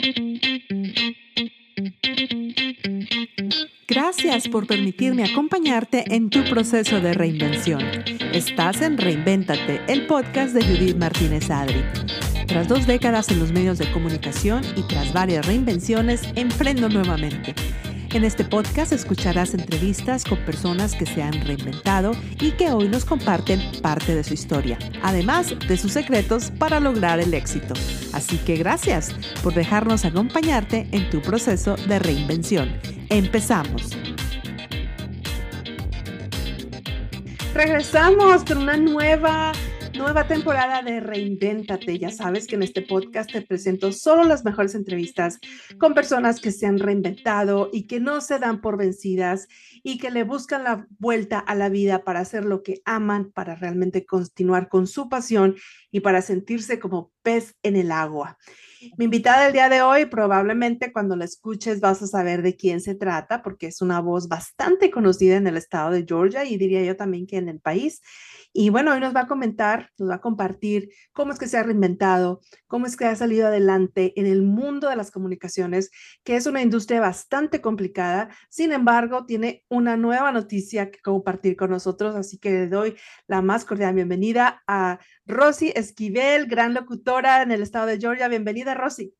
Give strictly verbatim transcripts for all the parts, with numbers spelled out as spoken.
Gracias por permitirme acompañarte en tu proceso de reinvención. Estás en Reinvéntate, el podcast de Judith Martínez Adri. Tras dos décadas en los medios de comunicación y tras varias reinvenciones, emprendo nuevamente. En este podcast escucharás entrevistas con personas que se han reinventado y que hoy nos comparten parte de su historia, además de sus secretos para lograr el éxito. Así que gracias por dejarnos acompañarte en tu proceso de reinvención. ¡Empezamos! Regresamos con una nueva, nueva temporada de Reinvéntate. Ya sabes que en este podcast te presento solo las mejores entrevistas con personas que se han reinventado y que no se dan por vencidas y que le buscan la vuelta a la vida para hacer lo que aman, para realmente continuar con su pasión y para sentirse como pez en el agua. Mi invitada del día de hoy, probablemente cuando la escuches vas a saber de quién se trata, porque es una voz bastante conocida en el estado de Georgia y diría yo también que en el país. Y bueno, hoy nos va a comentar, nos va a compartir cómo es que se ha reinventado, cómo es que ha salido adelante en el mundo de las comunicaciones, que es una industria bastante complicada. Sin embargo, tiene una nueva noticia que compartir con nosotros, así que le doy la más cordial bienvenida a Rosy Esquivel, gran locutora en el estado de Georgia. Bienvenida, Rosy.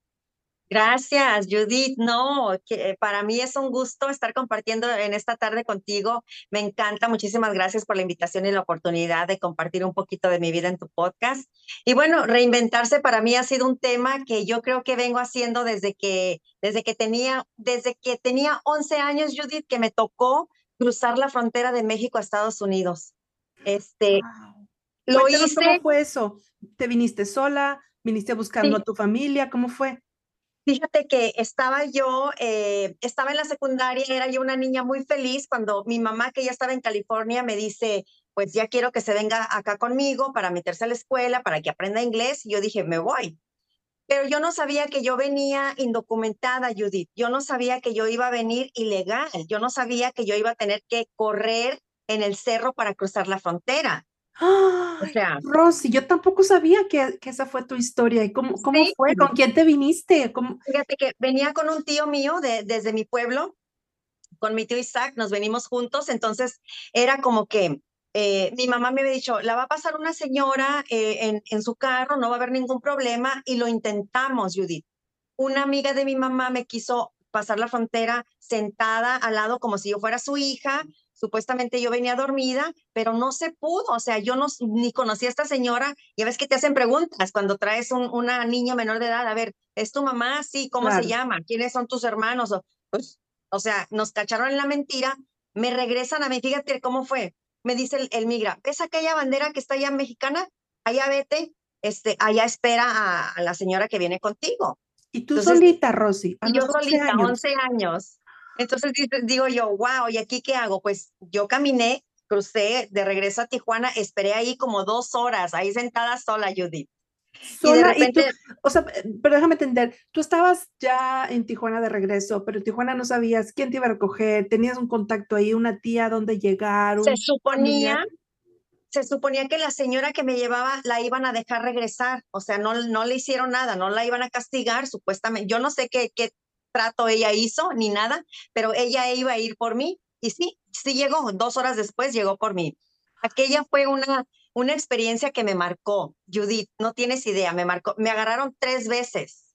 Gracias, Judith. No, que para mí es un gusto estar compartiendo en esta tarde contigo. Me encanta. Muchísimas gracias por la invitación y la oportunidad de compartir un poquito de mi vida en tu podcast. Y bueno, reinventarse para mí ha sido un tema que yo creo que vengo haciendo desde que, desde que tenía, desde que tenía once años, Judith, que me tocó cruzar la frontera de México a Estados Unidos. Este, Wow. lo Cuéntanos cómo hice. fue eso. ¿Te viniste sola? ¿Viniste buscando Sí. a tu familia? ¿Cómo fue? Fíjate que estaba yo, eh, estaba en la secundaria, era yo una niña muy feliz cuando mi mamá, que ya estaba en California, me dice, pues ya quiero que se venga acá conmigo para meterse a la escuela, para que aprenda inglés. Y yo dije, me voy. Pero yo no sabía que yo venía indocumentada, Judith. Yo no sabía que yo iba a venir ilegal. Yo no sabía que yo iba a tener que correr en el cerro para cruzar la frontera. O Ay, sea, Rosy, yo tampoco sabía que, que esa fue tu historia. ¿Y cómo, cómo sí, fue? ¿Con quién te viniste? ¿Cómo? fíjate que venía con un tío mío de, desde mi pueblo, con mi tío Isaac, nos venimos juntos, entonces era como que eh, mi mamá me había dicho, la va a pasar una señora eh, en, en su carro, no va a haber ningún problema, y lo intentamos, Judith. Una amiga de mi mamá me quiso pasar la frontera sentada al lado como si yo fuera su hija, supuestamente yo venía dormida, pero no se pudo, o sea, yo no, ni conocí a esta señora, ya ves que te hacen preguntas cuando traes un, una niña menor de edad, a ver, ¿es tu mamá? Sí, ¿cómo se Claro. llama? ¿Quiénes son tus hermanos? O, pues, o sea, nos cacharon en la mentira, me regresan a mí, fíjate cómo fue, me dice el, el migra, ¿ves aquella bandera que está allá mexicana? Allá vete, este, allá espera a, a la señora que viene contigo. Y tú Entonces, solita, Rosy, a y yo los once solita, años. once años. Entonces dice- digo yo, wow, ¿y aquí qué hago? Pues yo caminé, crucé de regreso a Tijuana, esperé ahí como dos horas, ahí sentada sola, Judith. Y de Sola y tú, repente o sea, pero déjame entender, tú estabas ya en Tijuana de regreso, pero en Tijuana no sabías quién te iba a recoger, tenías un contacto ahí, una tía, dónde llegar, se un suponía, familiar. se suponía que la señora que me llevaba la iban a dejar regresar, o sea, no, no le hicieron nada, no la iban a castigar, supuestamente. Yo no sé qué, qué trato ella hizo ni nada, pero ella iba a ir por mí. Y sí, sí llegó, dos horas después llegó por mí. Aquella fue una, una experiencia que me marcó, Judith, no tienes idea, me marcó, me agarraron tres veces,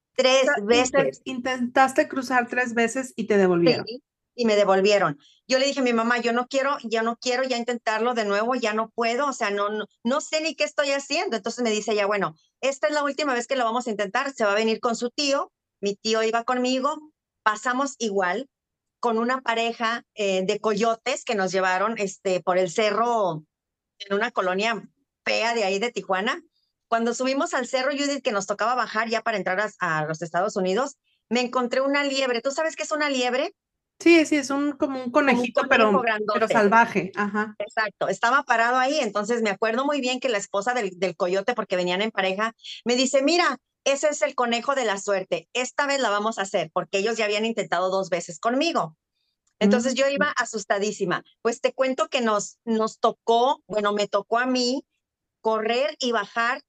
O sea, tres inten- veces. intentaste cruzar tres veces y te devolvieron. Sí, y me devolvieron. Yo le dije a mi mamá, yo no quiero, ya no quiero ya intentarlo de nuevo, ya no puedo, o sea, no, no, no sé ni qué estoy haciendo. Entonces me dice ella, bueno, esta es la última vez que lo vamos a intentar, se va a venir con su tío, mi tío iba conmigo, pasamos igual con una pareja eh, de coyotes que nos llevaron este, por el cerro en una colonia fea de ahí de Tijuana. Cuando subimos al cerro, Judith, que nos tocaba bajar ya para entrar a, a los Estados Unidos, me encontré una liebre. ¿Tú sabes qué es una liebre? Sí, sí, es un, como un Como un conejito, conejo pero, pero grandote. salvaje. Ajá. Exacto, estaba parado ahí, entonces me acuerdo muy bien que la esposa del, del coyote, porque venían en pareja, me dice, mira, ese es el conejo de la suerte, esta vez la vamos a hacer, porque ellos ya habían intentado dos veces conmigo. Entonces yo Mm. iba asustadísima. Pues te cuento que nos, nos tocó, bueno, me tocó a mí correr y bajar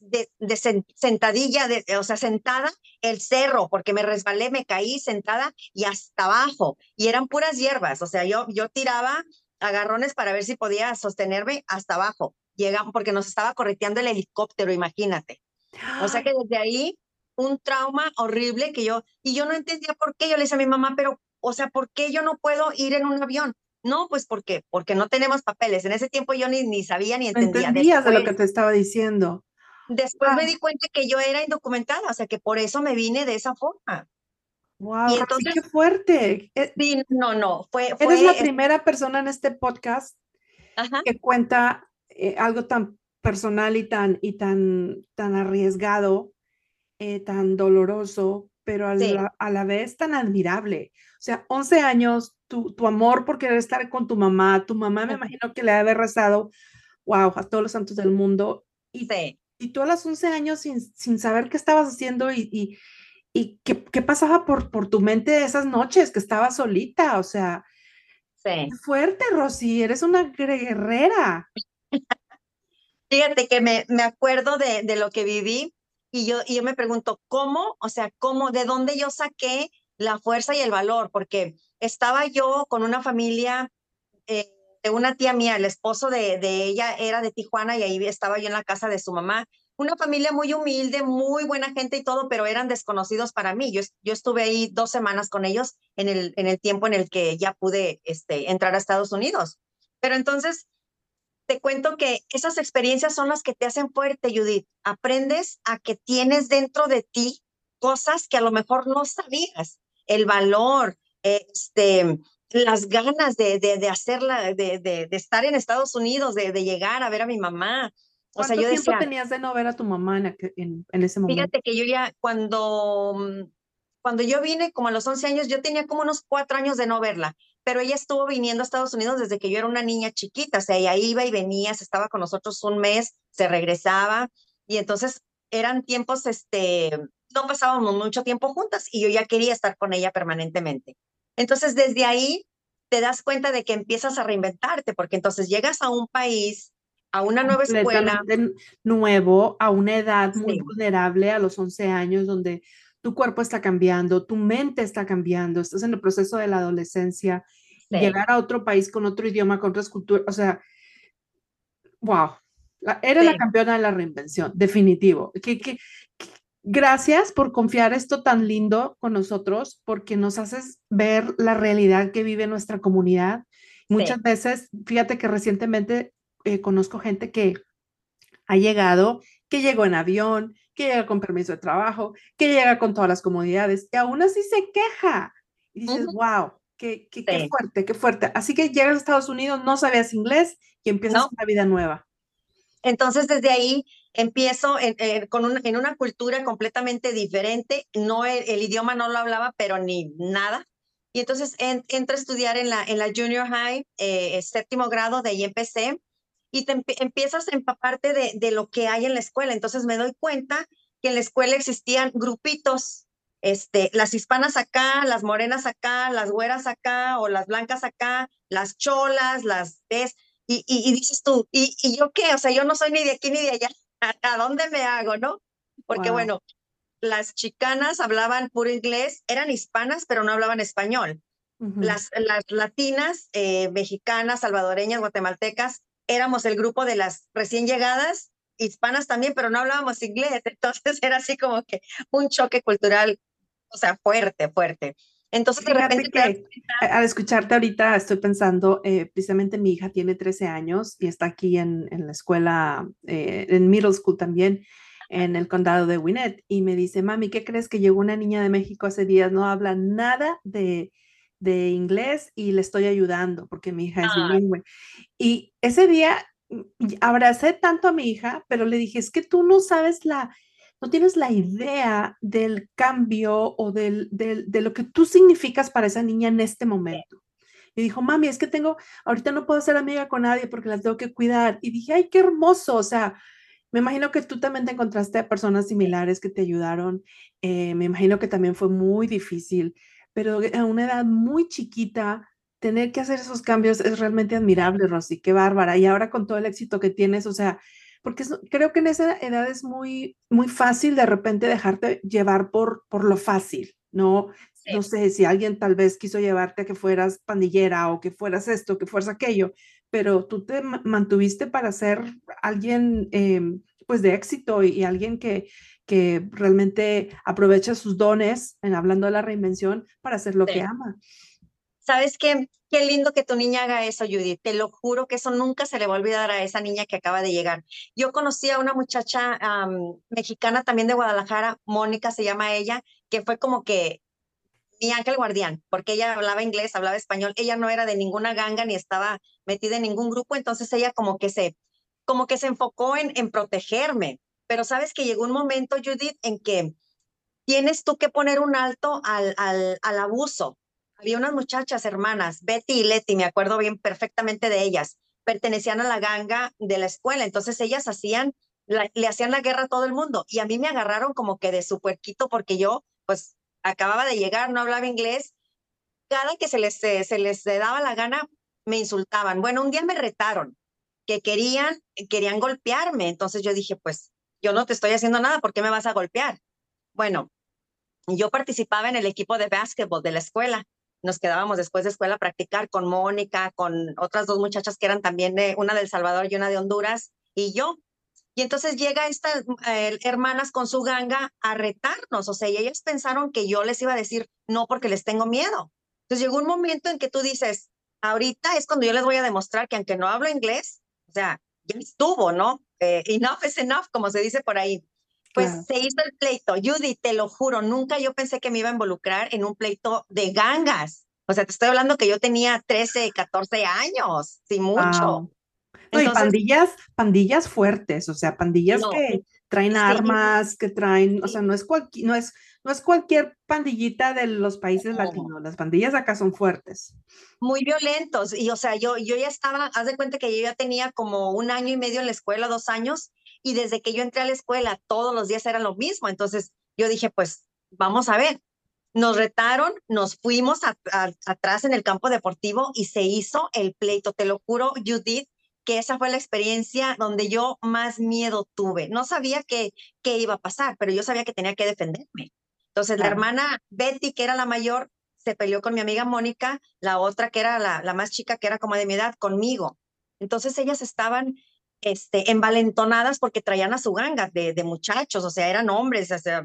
de, de sen- sentadilla, de, o sea, sentada, el cerro, porque me resbalé, me caí sentada y hasta abajo, y eran puras hierbas, o sea, yo, yo tiraba agarrones para ver si podía sostenerme hasta abajo. Llegamos, porque nos estaba correteando el helicóptero, imagínate. O sea que desde ahí, un trauma horrible que yo, y yo no entendía por qué. Yo le decía a mi mamá, pero, o sea, ¿por qué yo no puedo ir en un avión? No, pues ¿por qué? Porque no tenemos papeles. En ese tiempo yo ni, ni sabía ni No entendía. entendías de lo que Después, te estaba diciendo. después me di cuenta que yo era indocumentada, o sea, que por eso me vine de esa forma. Wow, Y Rosy, qué entonces, fuerte. E- sí, no, no, fue, Eres la fue, es- primera persona en este podcast ajá, que cuenta eh, algo tan personal y tan, y tan, tan arriesgado, eh, tan doloroso, pero a sí, la, a la vez tan admirable. O sea, once años, tu, tu amor por querer estar con tu mamá, tu mamá me imagino que le ha de haber rezado, wow, a todos los santos del mundo, y, sí, y tú a los once años sin, sin saber qué estabas haciendo y, y, y qué, qué pasaba por, por tu mente esas noches que estabas solita, o sea, qué sí. fuerte, Rosy, eres una guerrera. Fíjate que me, me acuerdo de, de lo que viví y yo, y yo me pregunto, ¿cómo? O sea, ¿cómo? ¿De dónde yo saqué la fuerza y el valor? Porque estaba yo con una familia eh, de una tía mía, el esposo de, de ella era de Tijuana y ahí estaba yo en la casa de su mamá. Una familia muy humilde, muy buena gente y todo, pero eran desconocidos para mí. Yo, yo estuve ahí dos semanas con ellos en el, en el tiempo en el que ya pude este, entrar a Estados Unidos. Pero entonces te cuento que esas experiencias son las que te hacen fuerte, Judith. Aprendes a que tienes dentro de ti cosas que a lo mejor no sabías. El valor, este, las ganas de, de, de hacerla, de, de, de estar en Estados Unidos, de, de llegar a ver a mi mamá. O sea, ¿Cuánto yo tiempo decía, tenías de no ver a tu mamá en, aquel- en, en ese momento? fíjate que yo ya cuando, mm, cuando yo vine, como a los once años, yo tenía como unos cuatro años de no verla, pero ella estuvo viniendo a Estados Unidos desde que yo era una niña chiquita, o sea, ella iba y venía, se estaba con nosotros un mes, se regresaba, y entonces eran tiempos, este, no pasábamos mucho tiempo juntas y yo ya quería estar con ella permanentemente. Entonces, desde ahí te das cuenta de que empiezas a reinventarte, porque entonces llegas a un país, a una nueva escuela, Completamente n- nuevo, a una edad muy sí, vulnerable, a los once años, donde tu cuerpo está cambiando, tu mente está cambiando, estás en el proceso de la adolescencia y sí, llegar a otro país con otro idioma, con otras culturas, o sea, wow, la, eres la sí, campeona de la reinvención, definitivo. Que, que, que- gracias por confiar esto tan lindo con nosotros, porque nos haces ver la realidad que vive nuestra comunidad. sí. Muchas veces, fíjate que recientemente eh, conozco gente que ha llegado, que llegó en avión, que llega con permiso de trabajo, que llega con todas las comodidades y aún así se queja. Y dices, Ujú, wow, qué, qué, qué sí. fuerte, qué fuerte. Así que llegas a Estados Unidos, no sabías inglés y empiezas ¿No? una vida nueva. Entonces, desde ahí empiezo en, en- con un- en una cultura completamente diferente. No, el, el idioma no lo hablaba, pero ni nada. Y entonces en, entro a estudiar en la, en la junior high, eh, séptimo grado, de ahí empecé, y te empie- empiezas a empaparte de, de lo que hay en la escuela. Entonces me doy cuenta que en la escuela existían grupitos, este, las hispanas acá, las morenas acá, las güeras acá, o las blancas acá, las cholas, las ves. Y, y, y dices tú, ¿y, ¿y yo qué? O sea, yo no soy ni de aquí ni de allá. ¿A dónde me hago, no? Porque Wow. bueno, las chicanas hablaban puro inglés, eran hispanas, pero no hablaban español. Ujú. Las, las latinas, eh, mexicanas, salvadoreñas, guatemaltecas, éramos el grupo de las recién llegadas, hispanas también, pero no hablábamos inglés. Entonces era así como que un choque cultural, o sea, fuerte, fuerte. Entonces de repente Fíjate te das que cuenta, a- al escucharte ahorita estoy pensando, eh, precisamente mi hija tiene trece años y está aquí en, en la escuela, eh, en middle school también, en el condado de Gwinnett, y me dice, mami, ¿qué crees que llegó una niña de México hace días? No habla nada de, de inglés y le estoy ayudando porque mi hija es ah, bilingüe. Y ese día mm, y abracé tanto a mi hija, pero le dije, es que tú no sabes la, no tienes la idea del cambio o del, del- de lo que tú significas para esa niña en este momento. Y dijo, mami, es que tengo, ahorita no puedo ser amiga con nadie porque las tengo que cuidar. Y dije, ay, qué hermoso. O sea, me imagino que tú también te encontraste a personas similares que te ayudaron. Eh, me imagino que también fue muy difícil, pero a una edad muy chiquita, tener que hacer esos cambios es realmente admirable, Rosy. Qué bárbara. Y ahora con todo el éxito que tienes, o sea, porque es- creo que en esa edad es muy, muy fácil de repente dejarte llevar por, por lo fácil, ¿no? No Sí. sé si alguien tal vez quiso llevarte a que fueras pandillera o que fueras esto, que fueras aquello, pero tú te ma- mantuviste para ser alguien eh, pues de éxito y, y alguien que, que realmente aprovecha sus dones, en hablando de la reinvención, para hacer lo que Sí. ama. ¿Sabes qué? Qué lindo que tu niña haga eso, Judith. Te lo juro que eso nunca se le va a olvidar a esa niña que acaba de llegar. Yo conocí a una muchacha am, mexicana también de Guadalajara, Mónica se llama ella, que fue como que mi ángel guardián, porque ella hablaba inglés, hablaba español, ella no era de ninguna ganga ni estaba metida en ningún grupo, entonces ella como que se, como que se enfocó en, en protegerme. Pero sabes que llegó un momento, Judith, en que tienes tú que poner un alto al, al, al abuso. Había unas muchachas hermanas, Betty y Leti, me acuerdo bien perfectamente de ellas, pertenecían a la ganga de la escuela, entonces ellas hacían, la, le hacían la guerra a todo el mundo y a mí me agarraron como que de su puerquito porque yo pues acababa de llegar, no hablaba inglés, cada que se les, se, se les daba la gana me insultaban. Bueno, un día me retaron que querían, querían golpearme, entonces yo dije pues yo no te estoy haciendo nada, ¿por qué me vas a golpear? Bueno, yo participaba en el equipo de básquetbol de la escuela. Nos quedábamos después de escuela a practicar con Mónica, con otras dos muchachas que eran también de una de El Salvador y una de Honduras, y yo. Y entonces llega estas eh, hermanas con su ganga a retarnos, o sea, y ellas pensaron que yo les iba a decir no porque les tengo miedo. Entonces llegó un momento en que tú dices, ahorita es cuando yo les voy a demostrar que aunque no hablo inglés, o sea, ya estuvo, ¿no? Eh, enough is enough, como se dice por ahí. Pues Claro. se hizo el pleito. Judy, te lo juro, nunca yo pensé que me iba a involucrar en un pleito de gangas. O sea, te estoy hablando que yo tenía trece, catorce años, sin mucho. Wow. No, y Entonces, pandillas, pandillas fuertes, o sea, pandillas no, que traen sí, armas, que traen, o sea, sí, no es cualquier, no es, no es cualquier pandillita de los países no, latinos, las pandillas acá son fuertes. muy violentos. Y o sea, yo, yo ya estaba, haz de cuenta que yo ya tenía como un año y medio en la escuela, dos años, y desde que yo entré a la escuela, todos los días era lo mismo. Entonces yo dije, pues vamos a ver. Nos retaron, nos fuimos a, a, atrás en el campo deportivo y se hizo el pleito. Te lo juro, Judith, que esa fue la experiencia donde yo más miedo tuve. No sabía qué, qué iba a pasar, pero yo sabía que tenía que defenderme. Entonces, la Claro. hermana Betty, que era la mayor, se peleó con mi amiga Mónica, la otra, que era la, la más chica, que era como de mi edad, conmigo. Entonces, ellas estaban este, envalentonadas porque traían a su ganga de, de muchachos, o sea, eran hombres, o sea,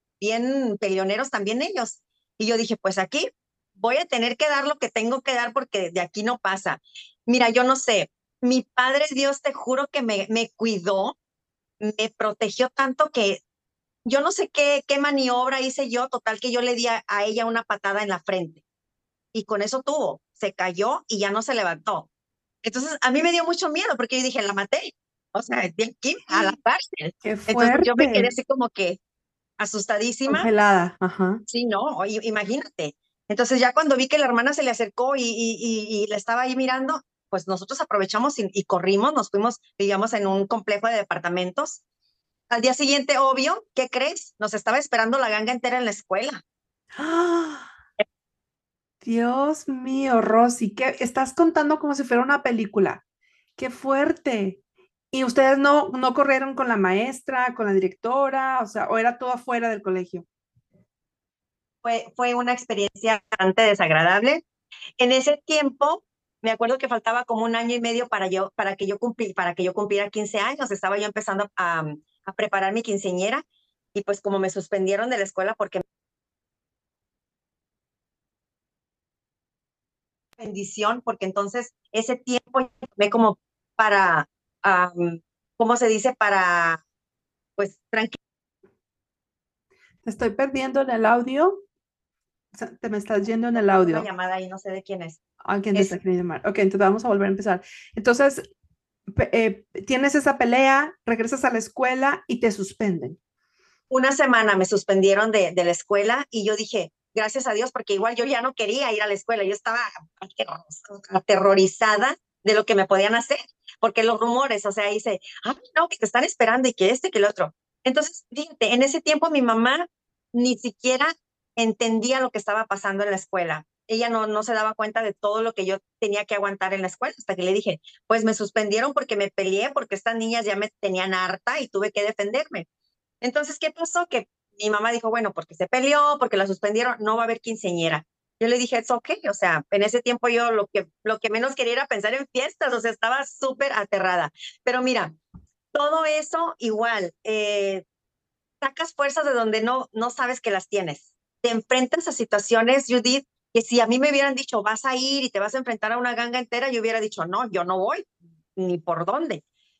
bien peleoneros también ellos. Y yo dije, pues aquí voy a tener que dar lo que tengo que dar porque de aquí no pasa. Mira, yo no sé, mi padre Dios, te juro que me, me cuidó, me protegió tanto que yo no sé qué, qué maniobra hice yo, total que yo le di a, a ella una patada en la frente y con eso tuvo, se cayó y ya no se levantó. Entonces a mí me dio mucho miedo porque yo dije, la maté, o sea, de aquí a la cárcel. Qué Entonces pues, yo me quedé fuerte. así como que asustadísima. Congelada, ajá. Sí, no, oye, imagínate. Entonces ya cuando vi que la hermana se le acercó y, y, y, y la estaba ahí mirando, pues nosotros aprovechamos y, y corrimos, nos fuimos, vivíamos en un complejo de departamentos. Al día siguiente, obvio, ¿qué crees? Nos estaba esperando la ganga entera en la escuela. ¡Ah! Dios mío, Rosy, que estás contando como si fuera una película. Qué fuerte. ¿Y ustedes no, no corrieron con la maestra, con la directora, o sea, o era todo afuera del colegio? Fue, fue una experiencia bastante desagradable. En ese tiempo, me acuerdo que faltaba como un año y medio para, yo, para, que, yo cumpli, para que yo cumpliera quince años. Estaba yo empezando a, a preparar mi quinceañera y pues como me suspendieron de la escuela porque bendición, porque entonces ese tiempo me como para, um, ¿cómo se dice? Para, pues, tranquila. Te estoy perdiendo en el audio. O sea, te me estás yendo en el Una audio. llamada ahí, no sé de quién es. Alguien te Es está queriendo llamar. Ok, entonces vamos a volver a empezar. Entonces, pe- eh, tienes esa pelea, regresas a la escuela y te suspenden. una semana me suspendieron de, de la escuela y yo dije, gracias a Dios, porque igual yo ya no quería ir a la escuela, yo estaba aterrorizada de lo que me podían hacer, porque los rumores, o sea, dice, ah, no, que te están esperando y que este, que el otro. Entonces, fíjate, en ese tiempo mi mamá ni siquiera entendía lo que estaba pasando en la escuela. ella no, no se daba cuenta de todo lo que yo tenía que aguantar en la escuela, hasta que le dije, pues me suspendieron porque me peleé, porque estas niñas ya me tenían harta y tuve que defenderme. Entonces, ¿qué pasó? Que mi mamá dijo, bueno, porque se peleó, porque la suspendieron, no va a haber quinceañera. Yo le dije, es ok, o sea, en ese tiempo yo lo que, lo que menos quería era pensar en fiestas, o sea, estaba súper aterrada. Pero mira, todo eso igual, eh, sacas fuerzas de donde no, no sabes que las tienes. Te enfrentas a situaciones, Judith, que si a mí me hubieran dicho, vas a ir y te vas a enfrentar a una ganga entera, yo hubiera dicho, no, yo no voy, ni por dónde.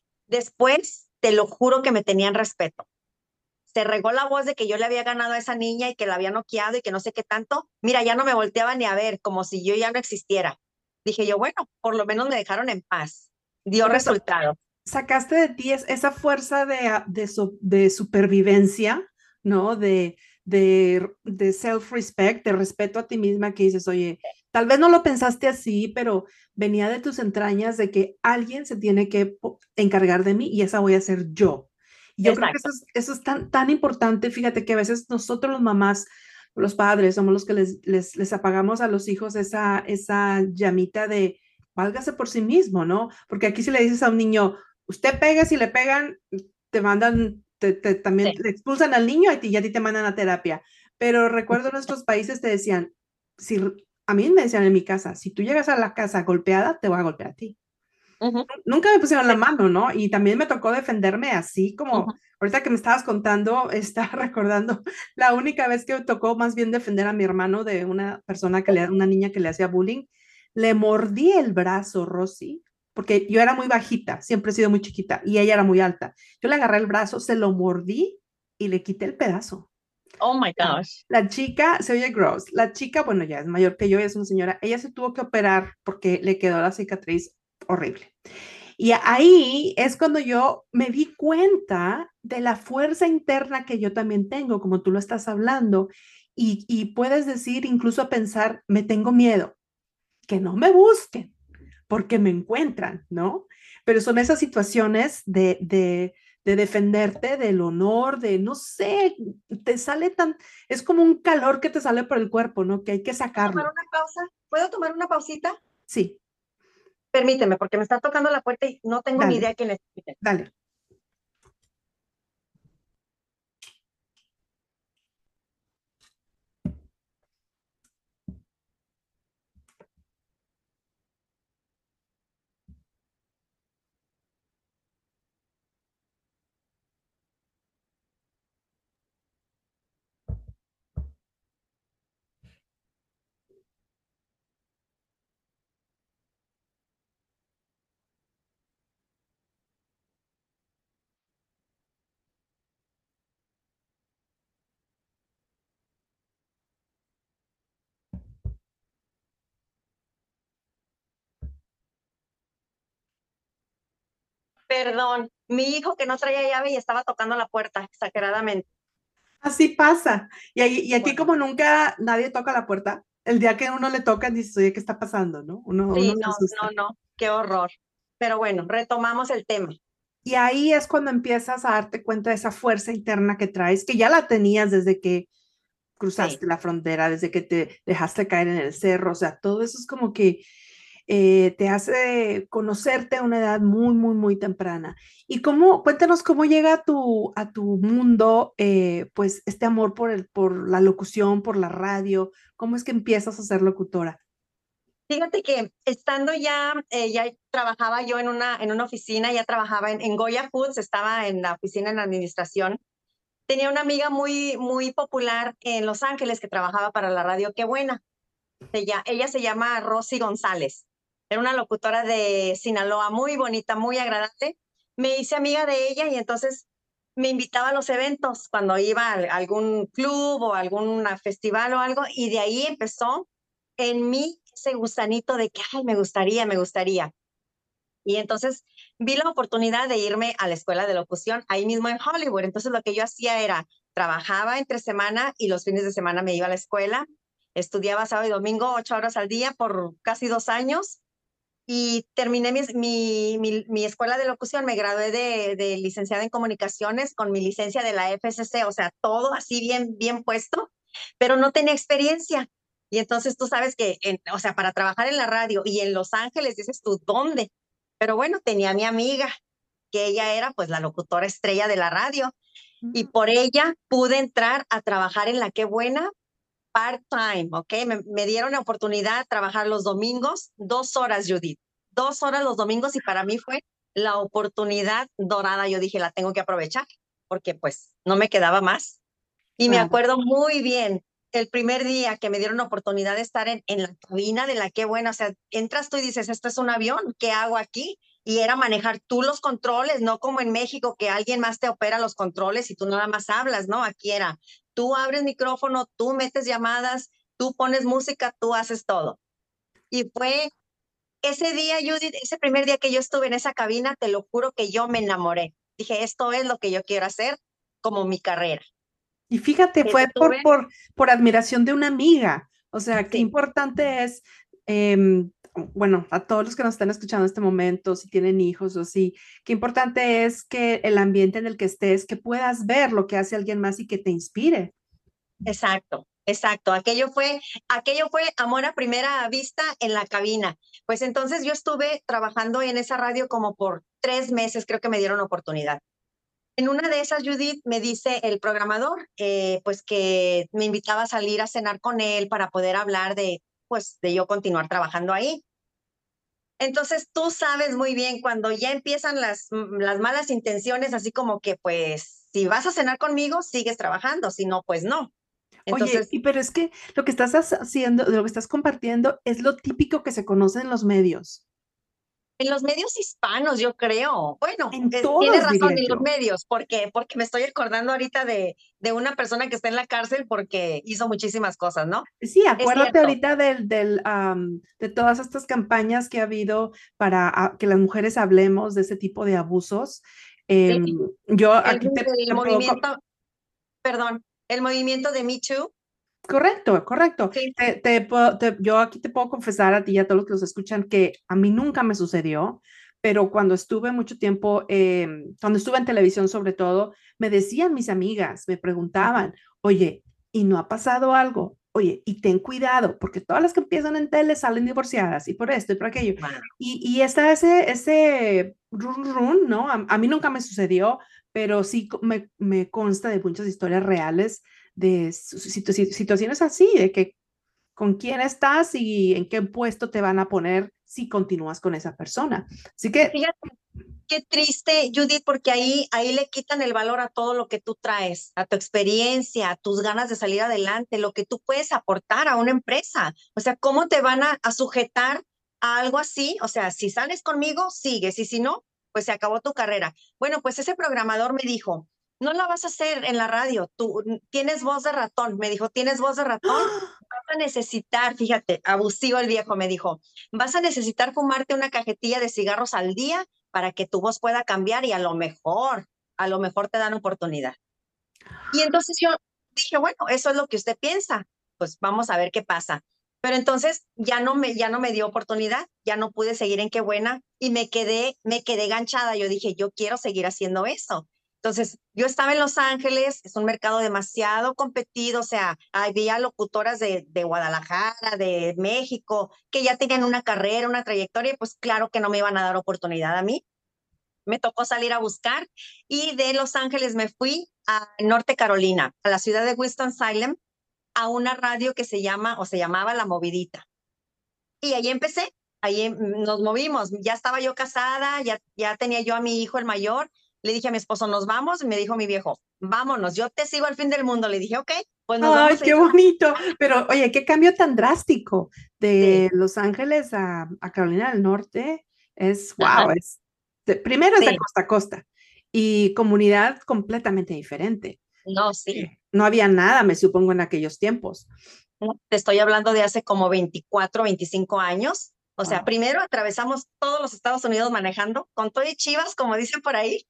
Después, te lo juro que me tenían respeto. Se regó la voz de que yo le había ganado a esa niña y que la había noqueado y que no sé qué tanto. Mira, ya no me volteaba ni a ver, como si yo ya no existiera. Dije yo, bueno, por lo menos me dejaron en paz. Dio Pero sa- resultado. sacaste de ti es- esa fuerza de, a- de, su- de supervivencia, ¿no? De, de, de self-respect, de respeto a ti misma, que dices, oye, tal vez no lo pensaste así, pero venía de tus entrañas de que alguien se tiene que po- encargar de mí y esa voy a ser yo. Y yo creo que eso Exacto. es, eso es tan, tan importante. Fíjate que a veces nosotros los mamás, los padres, somos los que les, les, les apagamos a los hijos esa, esa llamita de válgase por sí mismo, ¿no? Porque aquí si le dices a un niño, usted pega, si le pegan, te mandan, te, te- también Sí. le expulsan al niño y, ti- y a ti te mandan a terapia. Pero recuerdo en nuestros países te decían, si, a mí me decían en mi casa, si tú llegas a la casa golpeada, te voy a golpear a ti. Ujú, Nunca me pusieron la sí, mano, ¿no? Y también me tocó defenderme así como, ujú. ahorita que me estabas contando, estaba recordando la única vez que me tocó más bien defender a mi hermano de una persona que le, una niña que le hacía bullying. Le mordí el brazo, Rosy, porque yo era muy bajita, siempre he sido muy chiquita y ella era muy alta. Yo le agarré el brazo, se lo mordí y le quité el pedazo. Oh my La, gosh. la chica, se oye gross, la chica, bueno, ya es mayor que yo, es una señora, ella se tuvo que operar porque le quedó la cicatriz horrible. Y ahí es cuando yo me di cuenta de la fuerza interna que yo también tengo, como tú lo estás hablando, y, y puedes decir, incluso pensar, me tengo miedo, que no me busquen, porque me encuentran, ¿no? Pero son esas situaciones de, de, de defenderte del honor, de, no sé, te sale tan, es como un calor que te sale por el cuerpo, ¿no? Que hay que ¿Tomar sacarlo. una pausa? ¿Puedo tomar una pausita? Sí, Permíteme, porque me está tocando la puerta y no tengo ni dale, idea quién es. dale. Perdón, mi hijo que no traía llave y estaba tocando la puerta exageradamente. Así pasa. Y, ahí- y aquí Bueno, como nunca nadie toca la puerta, el día que uno le toca, dices, oye, ¿qué está pasando? ¿No? Uno, uno sí, se no, no, asusta. no, qué horror. Pero bueno, retomamos el tema. Y ahí es cuando empiezas a darte cuenta de esa fuerza interna que traes, que ya la tenías desde que Sí. cruzaste la frontera, desde que te dejaste caer en el cerro, o sea, todo eso es como que eh, te hace conocerte a una edad muy, muy, muy temprana. Y cómo, cuéntanos cómo llega a tu, a tu mundo, eh, pues, este amor por el, por la locución, por la radio, cómo es que empiezas a ser locutora. Fíjate que estando ya, eh, ya trabajaba yo en una, en una oficina, ya trabajaba en, en Goya Foods, estaba en la oficina en administración. Tenía una amiga muy, muy popular en Los Ángeles que trabajaba para la radio Qué Buena. Ella, ella se llama Rosy González. Era una locutora de Sinaloa, muy bonita, muy agradable. Me hice amiga de ella y entonces me invitaba a los eventos cuando iba a algún club o algún festival o algo, y de ahí empezó en mí ese gusanito de que, ay, me gustaría, me gustaría. Y entonces vi la oportunidad de irme a la escuela de locución ahí mismo en Hollywood. Entonces lo que yo hacía era, trabajaba entre semana y los fines de semana me iba a la escuela. Estudiaba sábado y domingo, ocho horas al día por casi dos años. Y terminé mi, mi, mi, mi escuela de locución, me gradué de, de licenciada en comunicaciones con mi licencia de la F C C, o sea, todo así bien, bien puesto, pero no tenía experiencia. Y entonces tú sabes que, en, o sea, para trabajar en la radio y en Los Ángeles, dices tú, ¿dónde? Pero bueno, tenía a mi amiga, que ella era pues la locutora estrella de la radio, y Mm. por ella pude entrar a trabajar en La Qué Buena part-time, ¿ok? Me, me dieron la oportunidad de trabajar los domingos, dos horas, Judith, dos horas los domingos y para mí fue la oportunidad dorada. Yo dije, la tengo que aprovechar porque pues no me quedaba más. Y me Claro. acuerdo muy bien el primer día que me dieron la oportunidad de estar en, en la cabina de La Qué Buena, o sea, entras tú y dices, esto es un avión, ¿qué hago aquí? Y era manejar tú los controles, no como en México que alguien más te opera los controles y tú nada más hablas, ¿no? Aquí era, tú abres micrófono, tú metes llamadas, tú pones música, tú haces todo. Y fue ese día, Judith, ese primer día que yo estuve en esa cabina, te lo juro que yo me enamoré. Dije, esto es lo que yo quiero hacer como mi carrera. Y fíjate, fue por, Estuve, por, por admiración de una amiga. O sea, qué sí, importante es, em, bueno, a todos los que nos están escuchando en este momento, si tienen hijos o sí, qué importante es que el ambiente en el que estés, que puedas ver lo que hace alguien más y que te inspire. exacto, exacto. Aquello fue, aquello fue amor a primera vista en la cabina. Pues entonces yo estuve trabajando en esa radio como por tres meses, creo que me dieron oportunidad. En una de esas, Judith, me dice el programador, eh, pues que me invitaba a salir a cenar con él para poder hablar de, pues, de yo continuar trabajando ahí. Entonces tú sabes muy bien cuando ya empiezan las, las malas intenciones, así como que, pues, si vas a cenar conmigo, sigues trabajando, si no, pues no. Oye, Entonces, y pero es que lo que estás haciendo, lo que estás compartiendo es lo típico que se conoce en los medios, en los medios hispanos, yo creo. Bueno, en es, tienes todos, razón diría en los yo. medios, porque, porque me estoy acordando ahorita de, de una persona que está en la cárcel porque hizo muchísimas cosas, ¿no? Sí, Es acuérdate cierto. ahorita del, del, am, de todas estas campañas que ha habido para ah, que las mujeres hablemos de ese tipo de abusos. Sí, Em, yo el, aquí te, el te puedo, co- movimiento, perdón, el movimiento de Me Too. correcto, correcto. Sí, Te, te puedo- te- yo aquí te puedo confesar a ti y a todos los que los escuchan que a mí nunca me sucedió, pero cuando estuve mucho tiempo, em, cuando estuve en televisión sobre todo, me decían mis amigas, me preguntaban, oye, ¿y no ha pasado algo? Oye, y ten cuidado, porque todas las que empiezan en tele salen divorciadas y por esto y por aquello. wow. Y, y está ese, ese run, run, ¿no? A, a mí nunca me sucedió, pero sí co- me, me consta de muchas historias reales de situ- situaciones así, de que con quién estás y en qué puesto te van a poner si continúas con esa persona. Así que, Fíjate, qué triste, Judith, porque ahí, ahí le quitan el valor a todo lo que tú traes, a tu experiencia, a tus ganas de salir adelante, lo que tú puedes aportar a una empresa. O sea, ¿cómo te van a, a sujetar a algo así? O sea, si sales conmigo, sigues, y si no, pues se acabó tu carrera. Bueno, pues ese programador me dijo, no la vas a hacer en la radio, tú tienes voz de ratón. Me dijo, ¿tienes voz de ratón? Vas a necesitar, fíjate, abusivo el viejo, me dijo, vas a necesitar fumarte una cajetilla de cigarros al día para que tu voz pueda cambiar y a lo mejor, a lo mejor te dan oportunidad. Y entonces yo dije, bueno, eso es lo que usted piensa, pues vamos a ver qué pasa. Pero entonces ya no me, ya no me dio oportunidad, ya no pude seguir en Qué Buena y me quedé, me quedé ganchada. Yo dije, yo quiero seguir haciendo eso. Entonces, yo estaba en Los Ángeles, es un mercado demasiado competido, o sea, había locutoras de, de Guadalajara, de México, que ya tenían una carrera, una trayectoria, y pues claro que no me iban a dar oportunidad a mí. Me tocó salir a buscar y de Los Ángeles me fui a Norte Carolina, a la ciudad de Winston-Salem, a una radio que se llama o se llamaba La Movidita. Y ahí empecé, ahí nos movimos. Ya estaba yo casada, ya, ya tenía yo a mi hijo el mayor. Le dije a mi esposo, nos vamos. Y me dijo mi viejo, vámonos, yo te sigo al fin del mundo. Le dije, ok, pues nos ay, vamos a qué ir. bonito. Pero oye, qué cambio tan drástico Sí, de Los Ángeles a, a Carolina del Norte. Es, ajá, wow, es, de- primero es de sí, costa a costa y comunidad completamente diferente. no, sí. Eh, No había nada, me supongo, en aquellos tiempos. No, te estoy hablando de hace como veinticuatro, veinticinco años. O sea, Wow. primero atravesamos todos los Estados Unidos manejando, con todo y chivas, como dicen por ahí,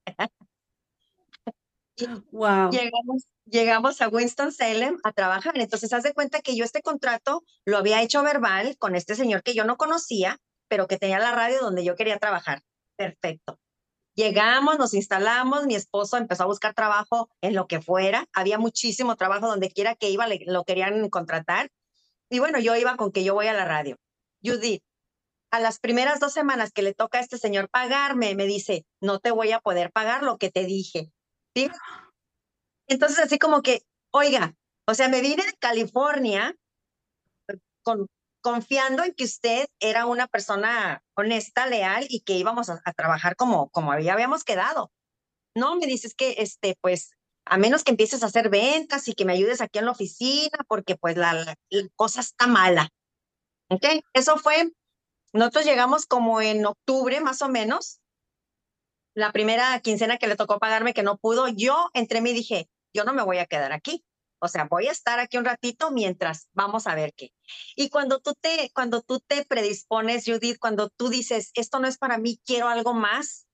y Wow. llegamos, llegamos a Winston-Salem a trabajar. Entonces, haz de cuenta que yo este contrato lo había hecho verbal con este señor que yo no conocía, pero que tenía la radio donde yo quería trabajar. Perfecto. Llegamos, nos instalamos, mi esposo empezó a buscar trabajo en lo que fuera. Había muchísimo trabajo donde quiera que iba, le, lo querían contratar. Y bueno, yo iba con que yo voy a la radio. Judith, a las primeras dos semanas que le toca a este señor pagarme, me dice, no te voy a poder pagar lo que te dije. ¿Sí? Entonces, así como que, oiga, o sea, me vine de California con, confiando en que usted era una persona honesta, leal y que íbamos a, a trabajar como, como había, habíamos quedado. No, me dices que, este, pues, a menos que empieces a hacer ventas y que me ayudes aquí en la oficina, porque pues la, la, la cosa está mala. ¿Ok? Eso fue, nosotros llegamos como en octubre más o menos, la primera quincena que le tocó pagarme que no pudo, yo entre mí dije, yo no me voy a quedar aquí. O sea, voy a estar aquí un ratito mientras vamos a ver qué. Y cuando tú te, cuando tú te predispones, Judith, cuando tú dices, esto no es para mí, quiero algo más,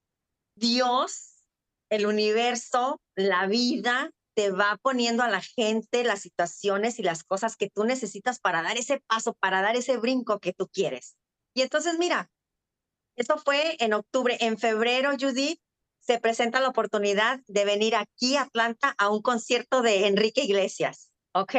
Dios, el universo, la vida, te va poniendo a la gente, las situaciones y las cosas que tú necesitas para dar ese paso, para dar ese brinco que tú quieres. Y entonces, mira, eso fue en octubre. En febrero, Judith, se presenta la oportunidad de venir aquí a Atlanta a un concierto de Enrique Iglesias, ¿ok?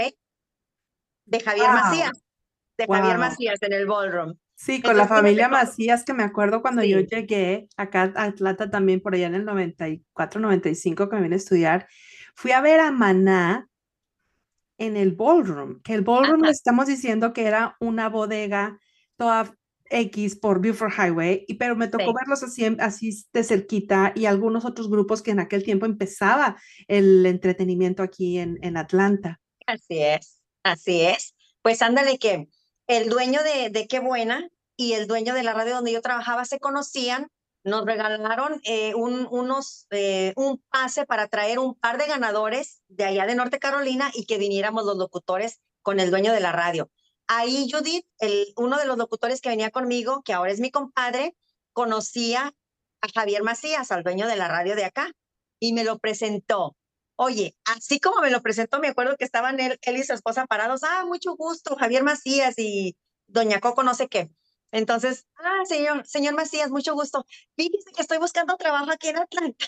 De Javier Wow, Macías, de Javier wow. Macías en el Ballroom. Sí, con la Entonces, fíjate familia cómo, Macías, que me acuerdo cuando yo sí, llegué acá a Atlanta también por allá en el noventa y cuatro, noventa y cinco que me vine a estudiar, fui a ver a Maná en el ballroom, que el ballroom le ajá, estamos diciendo que era una bodega toda X por Buford Highway, y, pero me tocó sí. verlos así, así de cerquita y algunos otros grupos que en aquel tiempo empezaba el entretenimiento aquí en, en Atlanta. Así es, así es. Pues ándale que el dueño de, de Qué Buena y el dueño de la radio donde yo trabajaba se conocían, nos regalaron eh, un, unos, eh, un pase para traer un par de ganadores de allá de Norte Carolina y que viniéramos los locutores con el dueño de la radio. Ahí Judith, el, uno de los locutores que venía conmigo, que ahora es mi compadre, conocía a Javier Macías, al dueño de la radio de acá, y me lo presentó. Oye, así como me lo presentó, me acuerdo que estaban él, él y su esposa parados. Ah, mucho gusto, Javier Macías y doña Coco, no sé qué. Entonces, ah, señor, señor Macías, mucho gusto. Fíjese que estoy buscando trabajo aquí en Atlanta.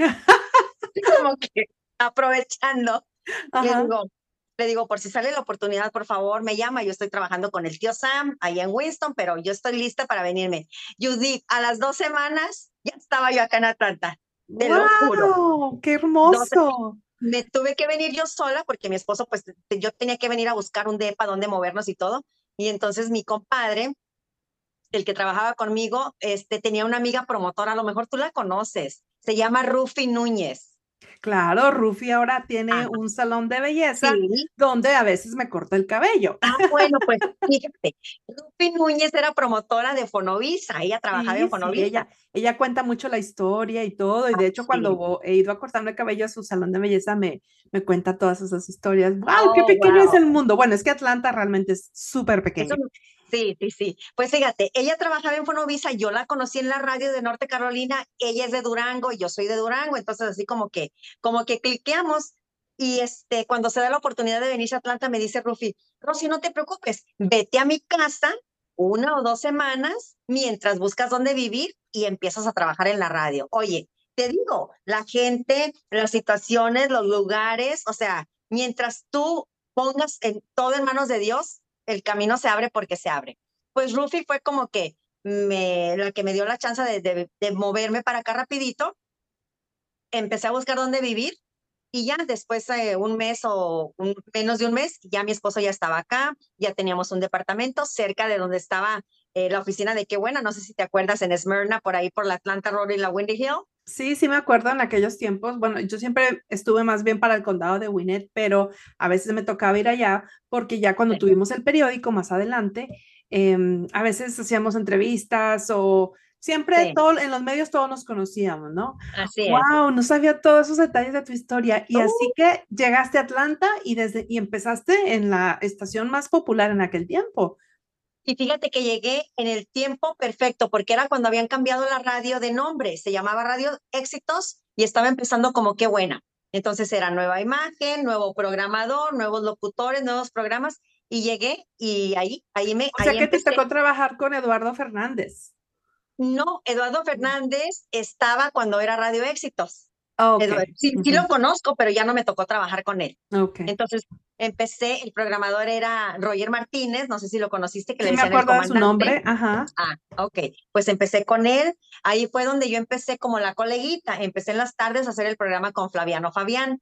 Como que aprovechando. Le Ajá. digo, le digo, por si sale la oportunidad, por favor, me llama. Yo estoy trabajando con el tío Sam allá en Winston, pero yo estoy lista para venirme. Judith, a las dos semanas ya estaba yo acá en Atlanta. Te lo juro. ¡Wow! ¡Qué Dos hermoso! Me tuve que venir yo sola porque mi esposo, pues yo tenía que venir a buscar un depa donde movernos y todo. Y entonces mi compadre, el que trabajaba conmigo, este, tenía una amiga promotora, a lo mejor tú la conoces, se llama Rufi Núñez. Claro, Rufi ahora tiene Ah, un salón de belleza sí. donde a veces me corta el cabello. Ah, bueno, pues fíjate, Rufi Núñez era promotora de Fonovisa, ella trabajaba Sí, en sí, Fonovisa. ella, ella cuenta mucho la historia y todo, y de hecho cuando Sí. vo- he ido a cortarme el cabello a su salón de belleza me, me cuenta todas esas historias. ¡Wow! ¡Qué Oh, pequeño es wow. el mundo! Bueno, es que Atlanta realmente es súper Eso, pequeño. sí, sí, sí. Pues fíjate, ella trabajaba en Fonovisa, yo la conocí en la radio de Norte Carolina, ella es de Durango y yo soy de Durango, entonces así como que, como que cliqueamos. Y este, cuando se da la oportunidad de venirse a Atlanta, me dice Rufi, Rosy, no te preocupes, vete a mi casa una o dos semanas mientras buscas dónde vivir y empiezas a trabajar en la radio. Oye, te digo, la gente, las situaciones, los lugares, o sea, mientras tú pongas en, todo en manos de Dios, el camino se abre porque se abre. Pues Rufi fue como que me, la que me dio la chance de, de, de moverme para acá rapidito. Empecé a buscar dónde vivir y ya después de eh, un mes o un, menos de un mes, ya mi esposo ya estaba acá, ya teníamos un departamento cerca de donde estaba eh, la oficina de Qué Buena, no sé si te acuerdas, en Smyrna, por ahí por la Atlanta Road y la Windy Hill. Sí, sí me acuerdo en aquellos tiempos. Bueno, yo siempre estuve más bien para el condado de Gwinnett, pero a veces me tocaba ir allá porque ya cuando Sí, tuvimos el periódico más adelante, em, a veces hacíamos entrevistas o siempre sí, todo, en los medios todos nos conocíamos, ¿no? así es. Wow, no sabía todos esos detalles de tu historia. Y así Uh, que llegaste a Atlanta y, desde, y empezaste en la estación más popular en aquel tiempo. Y fíjate que llegué en el tiempo perfecto, porque era cuando habían cambiado la radio de nombre, se llamaba Radio Éxitos y estaba empezando como Qué Buena. Entonces era nueva imagen, nuevo programador, nuevos locutores, nuevos programas y llegué y ahí, ahí me, O sea ahí que te empecé. tocó trabajar con Eduardo Fernández. No, Eduardo Fernández estaba cuando era Radio Éxitos. Ok. Eduardo. Sí, sí Ujú. lo conozco, pero ya no me tocó trabajar con él. Ok. Entonces empecé, el programador era Roger Martínez, no sé si lo conociste, que le Sí me decían el acuerdo de su comandante. nombre, ajá. Ah, ok. Pues empecé con él. Ahí fue donde yo empecé como la coleguita. Empecé en las tardes a hacer el programa con Flaviano Fabián.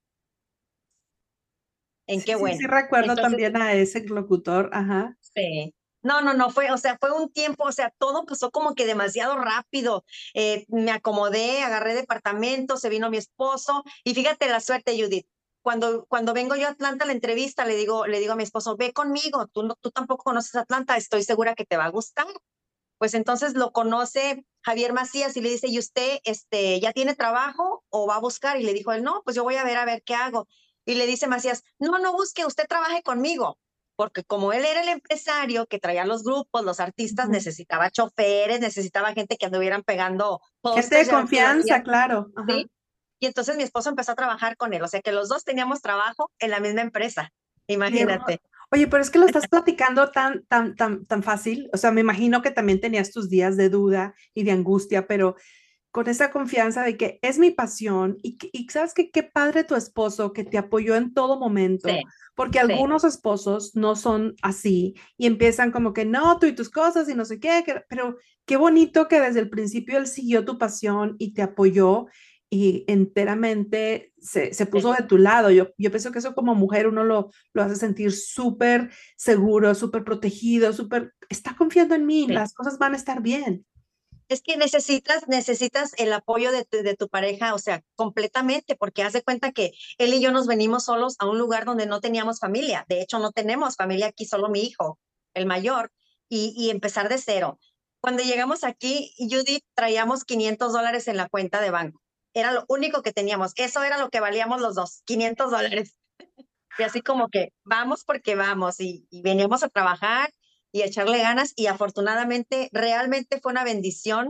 En Sí, qué sí, sí bueno. recuerdo Entonces, también a ese locutor, ajá. sí. No, no, no, fue, o sea, fue un tiempo, o sea, todo pasó como que demasiado rápido. Eh, me acomodé, agarré departamento, se vino mi esposo y fíjate la suerte, Judith. Cuando, cuando vengo yo a Atlanta a la entrevista, le digo, le digo a mi esposo, ve conmigo, tú, no, tú tampoco conoces Atlanta, estoy segura que te va a gustar. Pues entonces lo conoce Javier Macías y le dice, ¿y usted este, ya tiene trabajo o va a buscar? Y le dijo él, no, pues yo voy a ver a ver qué hago. Y le dice Macías, no, no busque, usted trabaje conmigo. Porque como él era el empresario que traía los grupos, los artistas, Ujú. necesitaba choferes, necesitaba gente que anduvieran pegando Gente pósters, de ya ves que lo confianza, hacían, claro, ajá. ¿sí? Y entonces mi esposo empezó a trabajar con él, o sea que los dos teníamos trabajo en la misma empresa, Qué hermo- imagínate. Oye, pero es que lo estás platicando tan, tan, tan, tan fácil. O sea, me imagino que también tenías tus días de duda y de angustia, pero con esa confianza de que es mi pasión y, que- y sabes que qué padre tu esposo que te apoyó en todo momento, Sí, porque sí, algunos esposos no son así y empiezan como que no, tú y tus cosas y no sé qué, que- pero qué bonito que desde el principio él siguió tu pasión y te apoyó y enteramente se, se puso sí. de tu lado. Yo, yo pienso que eso como mujer uno lo, lo hace sentir súper seguro, súper protegido, súper, está confiando en mí, Sí. las cosas van a estar bien. Es que necesitas, necesitas el apoyo de tu, de tu pareja, o sea, completamente, porque haz de cuenta que él y yo nos venimos solos a un lugar donde no teníamos familia. De hecho, no tenemos familia aquí, solo mi hijo, el mayor, y, y empezar de cero. Cuando llegamos aquí, Judith, traíamos quinientos dólares en la cuenta de banco. Era lo único que teníamos. Eso era lo que valíamos los dos, quinientos dólares. Y así como que vamos porque vamos y, y veníamos a trabajar y a echarle ganas y afortunadamente realmente fue una bendición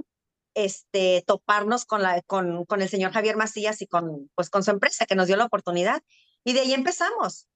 este, toparnos con, la, con, con el señor Javier Macías y con, pues, con su empresa que nos dio la oportunidad. Y de ahí empezamos.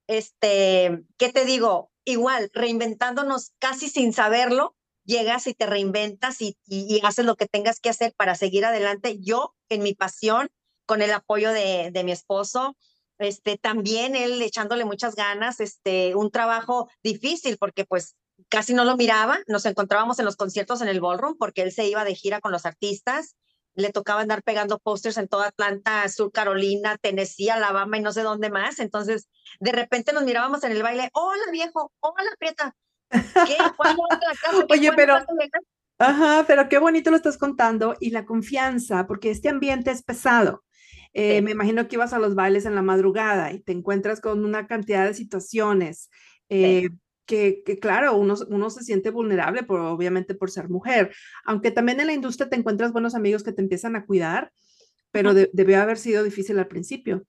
Este, ¿qué te digo? Igual, reinventándonos casi sin saberlo, llegas y te reinventas y, y, y haces lo que tengas que hacer para seguir adelante. Yo, en mi pasión, con el apoyo de, de mi esposo, este, también él echándole muchas ganas, este, un trabajo difícil porque pues casi no lo miraba, nos encontrábamos en los conciertos en el ballroom porque él se iba de gira con los artistas, le tocaba andar pegando pósters en toda Atlanta, Sur Carolina, Tennessee, Alabama y no sé dónde más, entonces de repente nos mirábamos en el baile, hola viejo, hola Prieta, ¿qué? ¿Cuándo vas a la casa? ¿Qué? Oye, ¿Cuándo vas pero, a llegar? ajá, pero qué bonito lo estás contando y la confianza, porque este ambiente es pesado. Eh, Sí, me imagino que ibas a los bailes en la madrugada y te encuentras con una cantidad de situaciones sí, eh, que, que, claro, uno, uno se siente vulnerable, por, obviamente por ser mujer, aunque también en la industria te encuentras buenos amigos que te empiezan a cuidar, pero de- debió haber sido difícil al principio.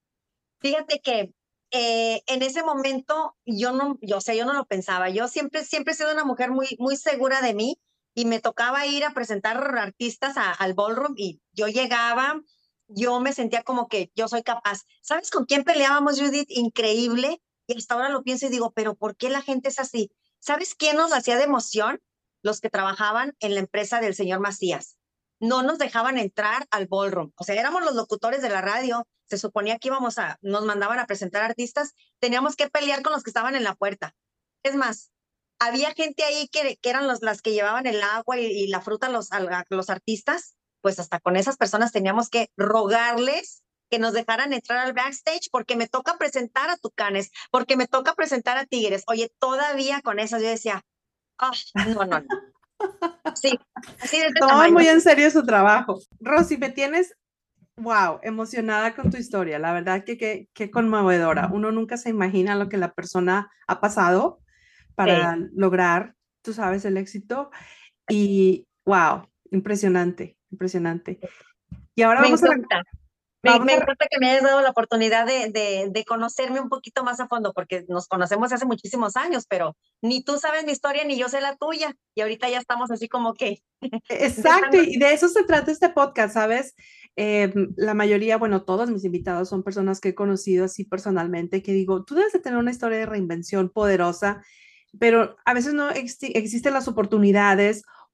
fíjate que eh, en ese momento yo no, yo, o sea, yo no lo pensaba. Yo siempre, siempre he sido una mujer muy, muy segura de mí y me tocaba ir a presentar artistas a- al ballroom y yo llegaba, yo me sentía como que yo soy capaz. ¿Sabes con quién peleábamos, Judith? Increíble. Y hasta ahora lo pienso y digo, pero ¿por qué la gente es así? ¿Sabes quién nos hacía de emoción? Los que trabajaban en la empresa del señor Macías. No nos dejaban entrar al ballroom. O sea, éramos los locutores de la radio, se suponía que íbamos a, nos mandaban a presentar artistas, teníamos que pelear con los que estaban en la puerta. Es más, había gente ahí que, que eran los, las que llevaban el agua y, y la fruta a los, a los artistas, pues hasta con esas personas teníamos que rogarles que nos dejaran entrar al backstage porque me toca presentar a Tucanes, porque me toca presentar a Tigres. Oye, todavía con eso yo decía, ah, no, no, no. Sí, así de Se este tomaban tamaño. muy en serio su trabajo. Rosy, me tienes, wow, emocionada con tu historia. La verdad que qué qué conmovedora. Uno nunca se imagina lo que la persona ha pasado Sí. para lograr, tú sabes, el éxito. Y wow, impresionante, impresionante. Y ahora Me vamos a, encanta. Me, vamos me a, encanta que me hayas dado la oportunidad de, de, de conocerme un poquito más a fondo, porque nos conocemos hace muchísimos años, pero ni tú sabes mi historia ni yo sé la tuya. Y ahorita ya estamos así como que exacto, dejando. y de eso se trata este podcast, ¿sabes? Eh, la mayoría, bueno, todos mis invitados son personas que he conocido así personalmente, que digo, tú debes de tener una historia de reinvención poderosa, pero a veces no exi- existen las oportunidades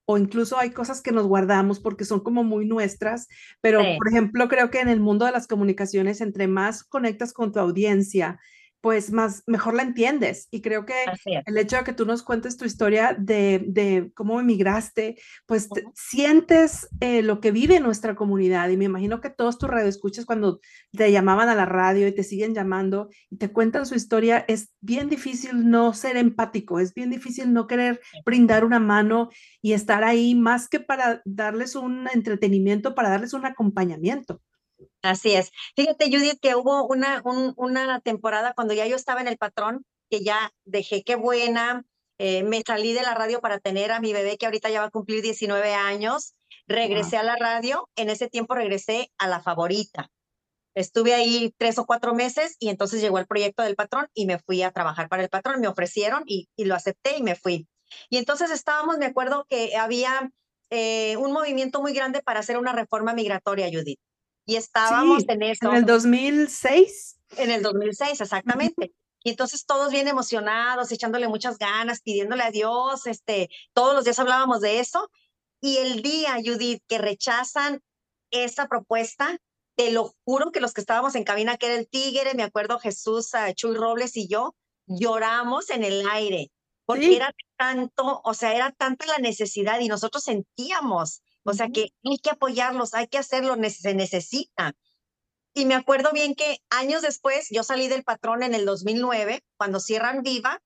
o incluso hay cosas que nos guardamos porque son como muy nuestras, pero Sí, por ejemplo, creo que en el mundo de las comunicaciones, entre más conectas con tu audiencia, pues más, mejor la entiendes. Y creo que así es. el hecho de que tú nos cuentes tu historia de, de cómo emigraste, pues te- Ujú. sientes eh, lo que vive nuestra comunidad. Y me imagino que todos tus radioescuchas cuando te llamaban a la radio y te siguen llamando y te cuentan su historia, es bien difícil no ser empático, es bien difícil no querer brindar una mano y estar ahí más que para darles un entretenimiento, para darles un acompañamiento. Así es. Fíjate, Judith, que hubo una, un- una temporada cuando ya yo estaba en el patrón, que ya dejé Qué Buena, eh, me salí de la radio para tener a mi bebé que ahorita ya va a cumplir diecinueve años, Wow. regresé a la radio, en ese tiempo regresé a La Favorita. Estuve ahí tres o cuatro meses y entonces llegó el proyecto del patrón y me fui a trabajar para el patrón, me ofrecieron y, y lo acepté y me fui. Y entonces estábamos, me acuerdo que había eh, un movimiento muy grande para hacer una reforma migratoria, Judith. Y estábamos Sí, en en eso el dos mil seis. en el dos mil seis, Ujú. exactamente. Y entonces todos bien emocionados, echándole muchas ganas, pidiéndole a Dios, este, todos los días hablábamos de eso. Y el día, Judith, que rechazan esa propuesta, te lo juro que los que estábamos en cabina, que era el Tigre, me acuerdo Jesús, uh, Chuy Robles y yo, lloramos en el aire, porque Sí. era tanto, o sea, era tanta la necesidad y nosotros sentíamos, o sea, Ujú. que hay que apoyarlos, hay que hacerlo, se necesita. Y me acuerdo bien que años después, yo salí del patrón en el dos mil nueve, cuando cierran Viva,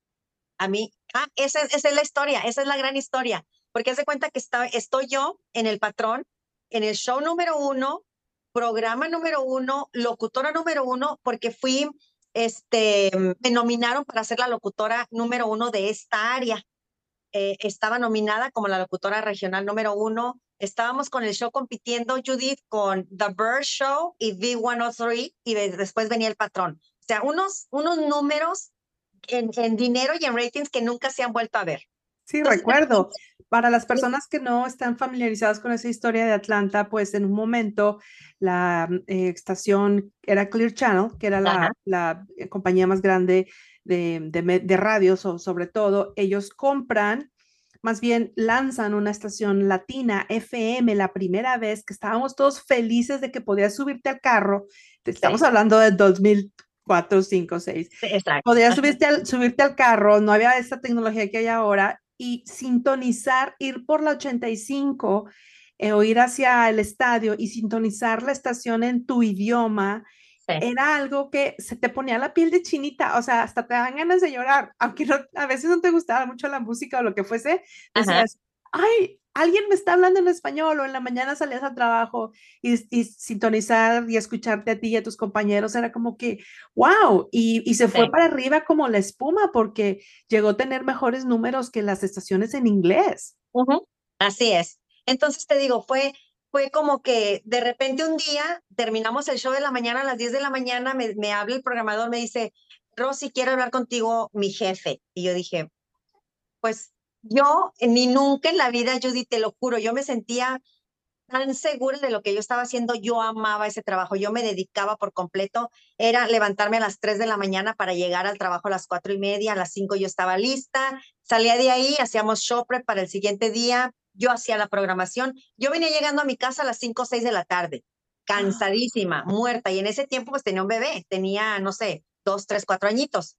a mí, ah, esa, esa es la historia, esa es la gran historia, porque hace cuenta que está, estoy yo en el patrón, en el show número uno, programa número uno, locutora número uno, porque fui, este, me nominaron para ser la locutora número uno de esta área. Eh, estaba nominada como la locutora regional número uno. Estábamos con el show compitiendo, Judith, con The Bird Show y V ciento tres, y después venía el patrón. O sea, unos, unos números en, en dinero y en ratings que nunca se han vuelto a ver. Sí, Entonces, recuerdo. Para las personas que no están familiarizadas con esa historia de Atlanta, pues en un momento la eh, estación era Clear Channel, que era la, ajá, la, eh, compañía más grande de, de, me- de radio, so- sobre todo. Ellos compran, más bien lanzan una estación latina, F M, la primera vez que estábamos todos felices de que podías subirte al carro. Te estamos sí, hablando de dos mil cuatro, cinco, seis. sí, exacto. Podías Ajá, subirte al, subirte al carro, no había esta tecnología que hay ahora, y sintonizar, ir por la ochenta y cinco eh, o ir hacia el estadio y sintonizar la estación en tu idioma, sí, era algo que se te ponía la piel de chinita, o sea, hasta te dan ganas de llorar, aunque no, a veces no te gustaba mucho la música o lo que fuese, ajá. decías, ay, alguien me está hablando en español, o en la mañana salías al trabajo y, y sintonizar y escucharte a ti y a tus compañeros, era como que, wow, y, y se fue Sí. para arriba como la espuma porque llegó a tener mejores números que las estaciones en inglés. Ujú, así es. Entonces te digo, fue, fue como que de repente un día terminamos el show de la mañana a las diez de la mañana, me, me habla el programador, me dice, Rosy, quiero hablar contigo, mi jefe. Y yo dije, pues yo ni nunca en la vida, Judy, te lo juro, yo me sentía tan segura de lo que yo estaba haciendo, yo amaba ese trabajo, yo me dedicaba por completo, era levantarme a las tres de la mañana para llegar al trabajo a las cuatro y media, a las cinco yo estaba lista, salía de ahí, hacíamos show prep para el siguiente día, yo hacía la programación, yo venía llegando a mi casa a las cinco o seis de la tarde, cansadísima, muerta, y en ese tiempo pues tenía un bebé, tenía, no sé, dos, tres, cuatro añitos,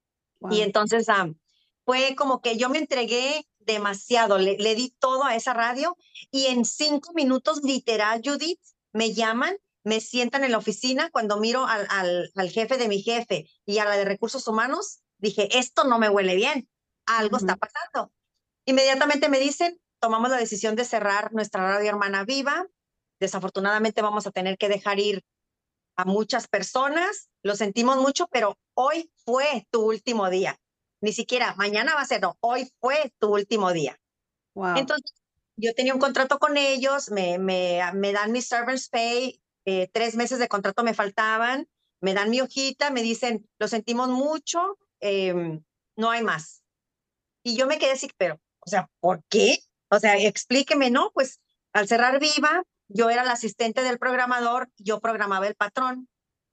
y Wow. entonces um, fue como que yo me entregué demasiado, le, le di todo a esa radio y en cinco minutos, literal, Judith, me llaman, me sientan en la oficina, cuando miro al, al, al jefe de mi jefe y a la de recursos humanos, dije, esto no me huele bien, algo está Ujú. pasando. Inmediatamente me dicen, tomamos la decisión de cerrar nuestra radio hermana Viva, desafortunadamente vamos a tener que dejar ir a muchas personas, lo sentimos mucho, pero hoy fue tu último día. Ni siquiera mañana va a ser, no, hoy fue tu último día. Wow. Entonces, yo tenía un contrato con ellos, me, me, me dan mi servers pay, eh, tres meses de contrato me faltaban, me dan mi hojita, me dicen, lo sentimos mucho, eh, no hay más. Y yo me quedé así, pero, o sea, ¿por qué? O sea, explíqueme, ¿no? Pues al cerrar Viva, yo era la asistente del programador, yo programaba el patrón,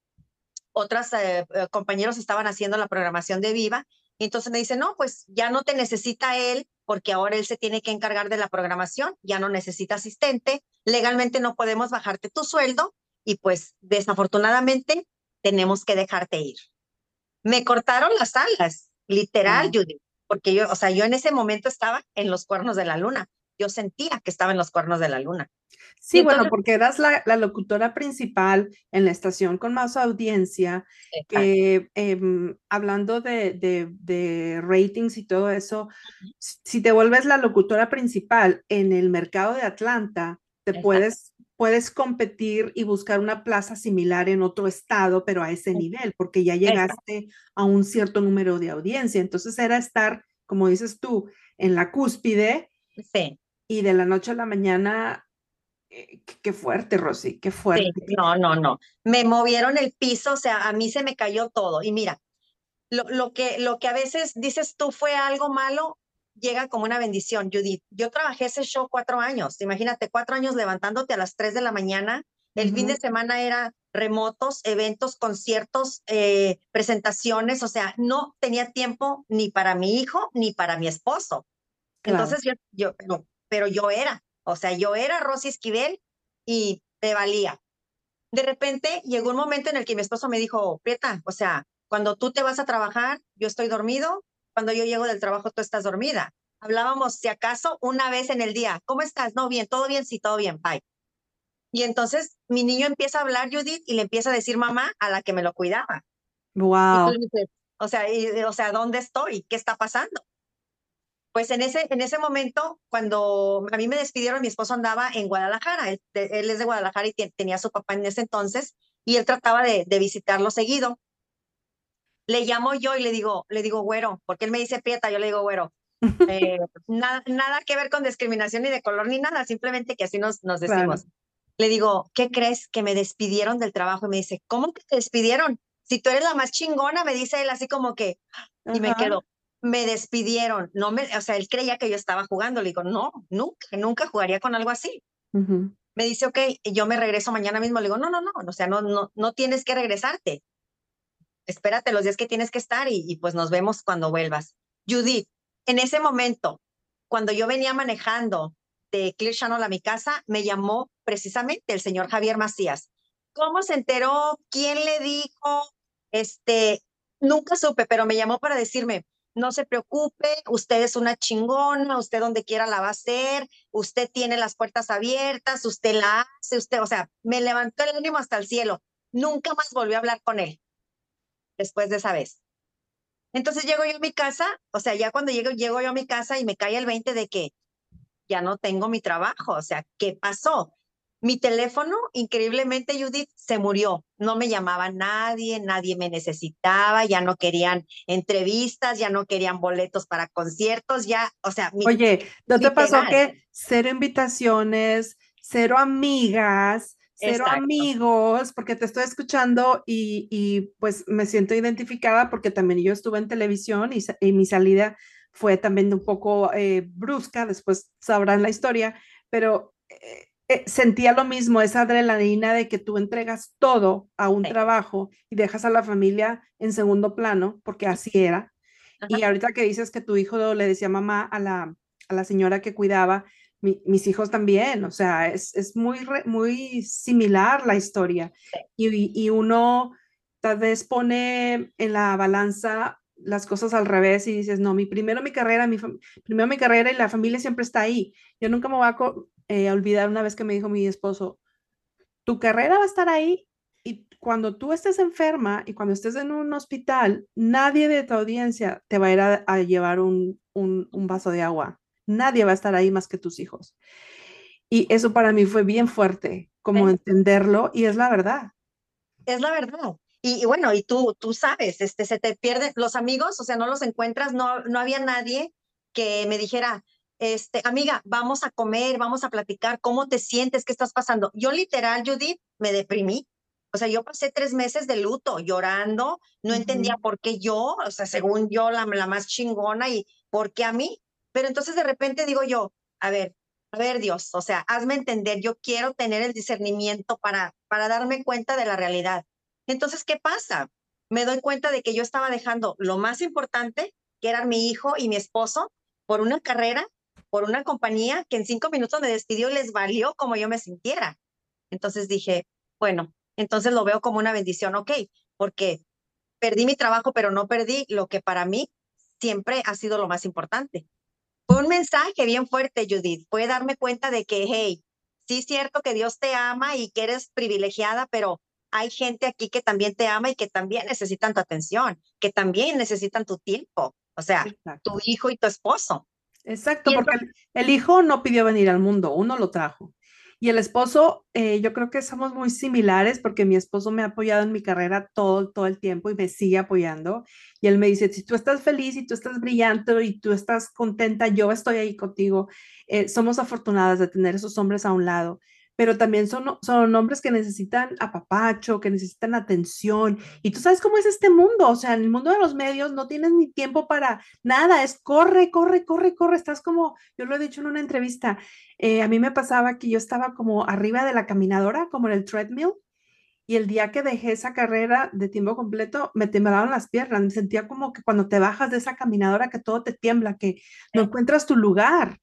otras eh, eh, compañeros estaban haciendo la programación de Viva, y entonces me dice, no, pues ya no te necesita él, porque ahora él se tiene que encargar de la programación, ya no necesita asistente, legalmente no podemos bajarte tu sueldo y pues desafortunadamente tenemos que dejarte ir. Me cortaron las alas, literal, Wow. Judy, porque yo, o sea, yo en ese momento estaba en los cuernos de la luna. Yo sentía que estaba en los cuernos de la luna. Y Sí, bueno, entonces, porque eras la, la locutora principal en la estación con más audiencia, exacto, que em, hablando de, de, de ratings y todo eso, si si te vuelves la locutora principal en el mercado de Atlanta, te exacto, puedes, puedes competir y buscar una plaza similar en otro estado, pero a ese nivel, porque ya exacto, llegaste a un cierto número de audiencia. Entonces era estar, como dices tú, en la cúspide sí. y de la noche a la mañana eh, qué qué fuerte, Rosy, qué Sí, fuerte. no, no, no. Me movieron el piso, o sea, a mí se me cayó todo. Y mira, lo, lo que, lo que a veces dices tú fue algo malo, llega como una bendición, Judith. Yo trabajé ese show cuatro años. Imagínate, cuatro años levantándote a las tres de la mañana. El fin de Ujú, semana era remotos, eventos, conciertos, eh, presentaciones. O sea, no tenía tiempo ni para mi hijo ni para mi esposo. claro. Entonces yo, yo, pero, pero yo era, o sea, yo era Rosy Esquivel y me valía. De repente llegó un momento en el que mi esposo me dijo, Prieta, o sea, cuando tú te vas a trabajar, yo estoy dormido, cuando yo llego del trabajo, tú estás dormida. Hablábamos, si acaso, una vez en el día. ¿Cómo estás? No, bien, todo bien, sí, todo bien, bye. Y entonces mi niño empieza a hablar, Judith, y le empieza a decir mamá a la que me lo cuidaba. Y tú Wow. dices, o sea, y, o sea, ¿dónde estoy? ¿Qué está pasando? Pues en ese, en ese momento, cuando a mí me despidieron, mi esposo andaba en Guadalajara. Él, él es de Guadalajara y te, tenía a su papá en ese entonces y él trataba de, de visitarlo seguido. Le llamo yo y le digo, le digo, güero, porque él me dice Prieta, yo le digo, güero. Eh, nada, nada que ver con discriminación ni de color ni nada, simplemente que así nos, nos Claro. decimos. Le digo, ¿qué crees? Que me despidieron del trabajo y me dice, ¿cómo que te despidieron? Si tú eres la más chingona, me dice él así como que, y me Ajá. quedo, me despidieron. No me, o sea, él creía que yo estaba jugando. Le digo, no, nunca, nunca jugaría con algo así. Ujú. Me dice, ok, yo me regreso mañana mismo. Le digo, no, no, no, o sea, no, no, no tienes que regresarte. Espérate los días que tienes que estar y, y pues nos vemos cuando vuelvas. Judith, en ese momento, cuando yo venía manejando de Clear Channel a mi casa, me llamó precisamente el señor Javier Macías. ¿Cómo se enteró? ¿Quién le dijo? Este, nunca supe, pero me llamó para decirme, no se preocupe, usted es una chingona, usted donde quiera la va a hacer, usted tiene las puertas abiertas, usted la hace, usted, o sea, me levantó el ánimo hasta el cielo. Nunca más volví a hablar con él después de esa vez. Entonces llego yo a mi casa, o sea, ya cuando llego, llego yo a mi casa y me cae el veinte de que ya no tengo mi trabajo, o sea, ¿qué pasó? Mi teléfono, increíblemente, Judith, se murió. No me llamaba nadie, nadie me necesitaba, ya no querían entrevistas, ya no querían boletos para conciertos, ya, o sea, mi, Oye, ¿no te pasó literal. que cero invitaciones, cero amigas, cero Exacto. amigos? Porque te estoy escuchando y, y, pues me siento identificada porque también yo estuve en televisión y, sa- y mi salida fue también un poco eh, brusca, después sabrán la historia, pero eh, eh, sentía lo mismo, esa adrenalina de que tú entregas todo a un Sí. trabajo y dejas a la familia en segundo plano, porque así era. Ajá. Y ahorita que dices que tu hijo le decía mamá a la, a la señora que cuidaba, mi- mis hijos también, o sea, es, es muy, re- muy similar la historia. Sí. Y, y uno tal vez pone en la balanza las cosas al revés y dices, no, mi, primero mi carrera, mi, fam- primero mi carrera y la familia siempre está ahí. Yo nunca me voy a co- eh, olvidar una vez que me dijo mi esposo, tu carrera va a estar ahí y cuando tú estés enferma y cuando estés en un hospital, nadie de tu audiencia te va a ir a, a llevar un, un, un vaso de agua. Nadie va a estar ahí más que tus hijos. Y eso para mí fue bien fuerte, como ¿Ves? entenderlo, y es la verdad. Es la verdad. Y, y bueno, y tú, tú sabes, este, se te pierden los amigos, o sea, no los encuentras, no, no había nadie que me dijera, este, amiga, vamos a comer, vamos a platicar, ¿cómo te sientes? ¿Qué estás pasando? Yo literal, Judith, me deprimí. O sea, yo pasé tres meses de luto, llorando, no Ujú. entendía por qué yo, o sea, según yo, la, la más chingona y por qué a mí. Pero entonces de repente digo yo, a ver, a ver, Dios, o sea, hazme entender, yo quiero tener el discernimiento para, para darme cuenta de la realidad. Entonces, ¿qué pasa? Me doy cuenta de que yo estaba dejando lo más importante, que eran mi hijo y mi esposo, por una carrera, por una compañía que en cinco minutos me despidió y les valió como yo me sintiera. Entonces dije, bueno, entonces lo veo como una bendición, ok, porque perdí mi trabajo, pero no perdí lo que para mí siempre ha sido lo más importante. Fue un mensaje bien fuerte, Judith. Fue darme cuenta de que, hey, sí es cierto que Dios te ama y que eres privilegiada, pero hay gente aquí que también te ama y que también necesitan tu atención, que también necesitan tu tiempo. O sea, tu Exacto. hijo y tu esposo. Exacto, Y porque entonces, el, el hijo no pidió venir al mundo, uno lo trajo. Y el esposo, eh, yo creo que somos muy similares porque mi esposo me ha apoyado en mi carrera todo, todo el tiempo y me sigue apoyando. Y él me dice, si tú estás feliz y tú estás brillante y tú estás contenta, yo estoy ahí contigo. Eh, somos afortunadas de tener esos hombres a un lado, pero también son, son hombres que necesitan apapacho, que necesitan atención. Y tú sabes cómo es este mundo, o sea, en el mundo de los medios no tienes ni tiempo para nada, es corre, corre, corre, corre. Estás como, yo lo he dicho en una entrevista, eh, a mí me pasaba que yo estaba como arriba de la caminadora, como en el treadmill, y el día que dejé esa carrera de tiempo completo, me temblaban las piernas, me sentía como que cuando te bajas de esa caminadora que todo te tiembla, que no eh, encuentras tu lugar.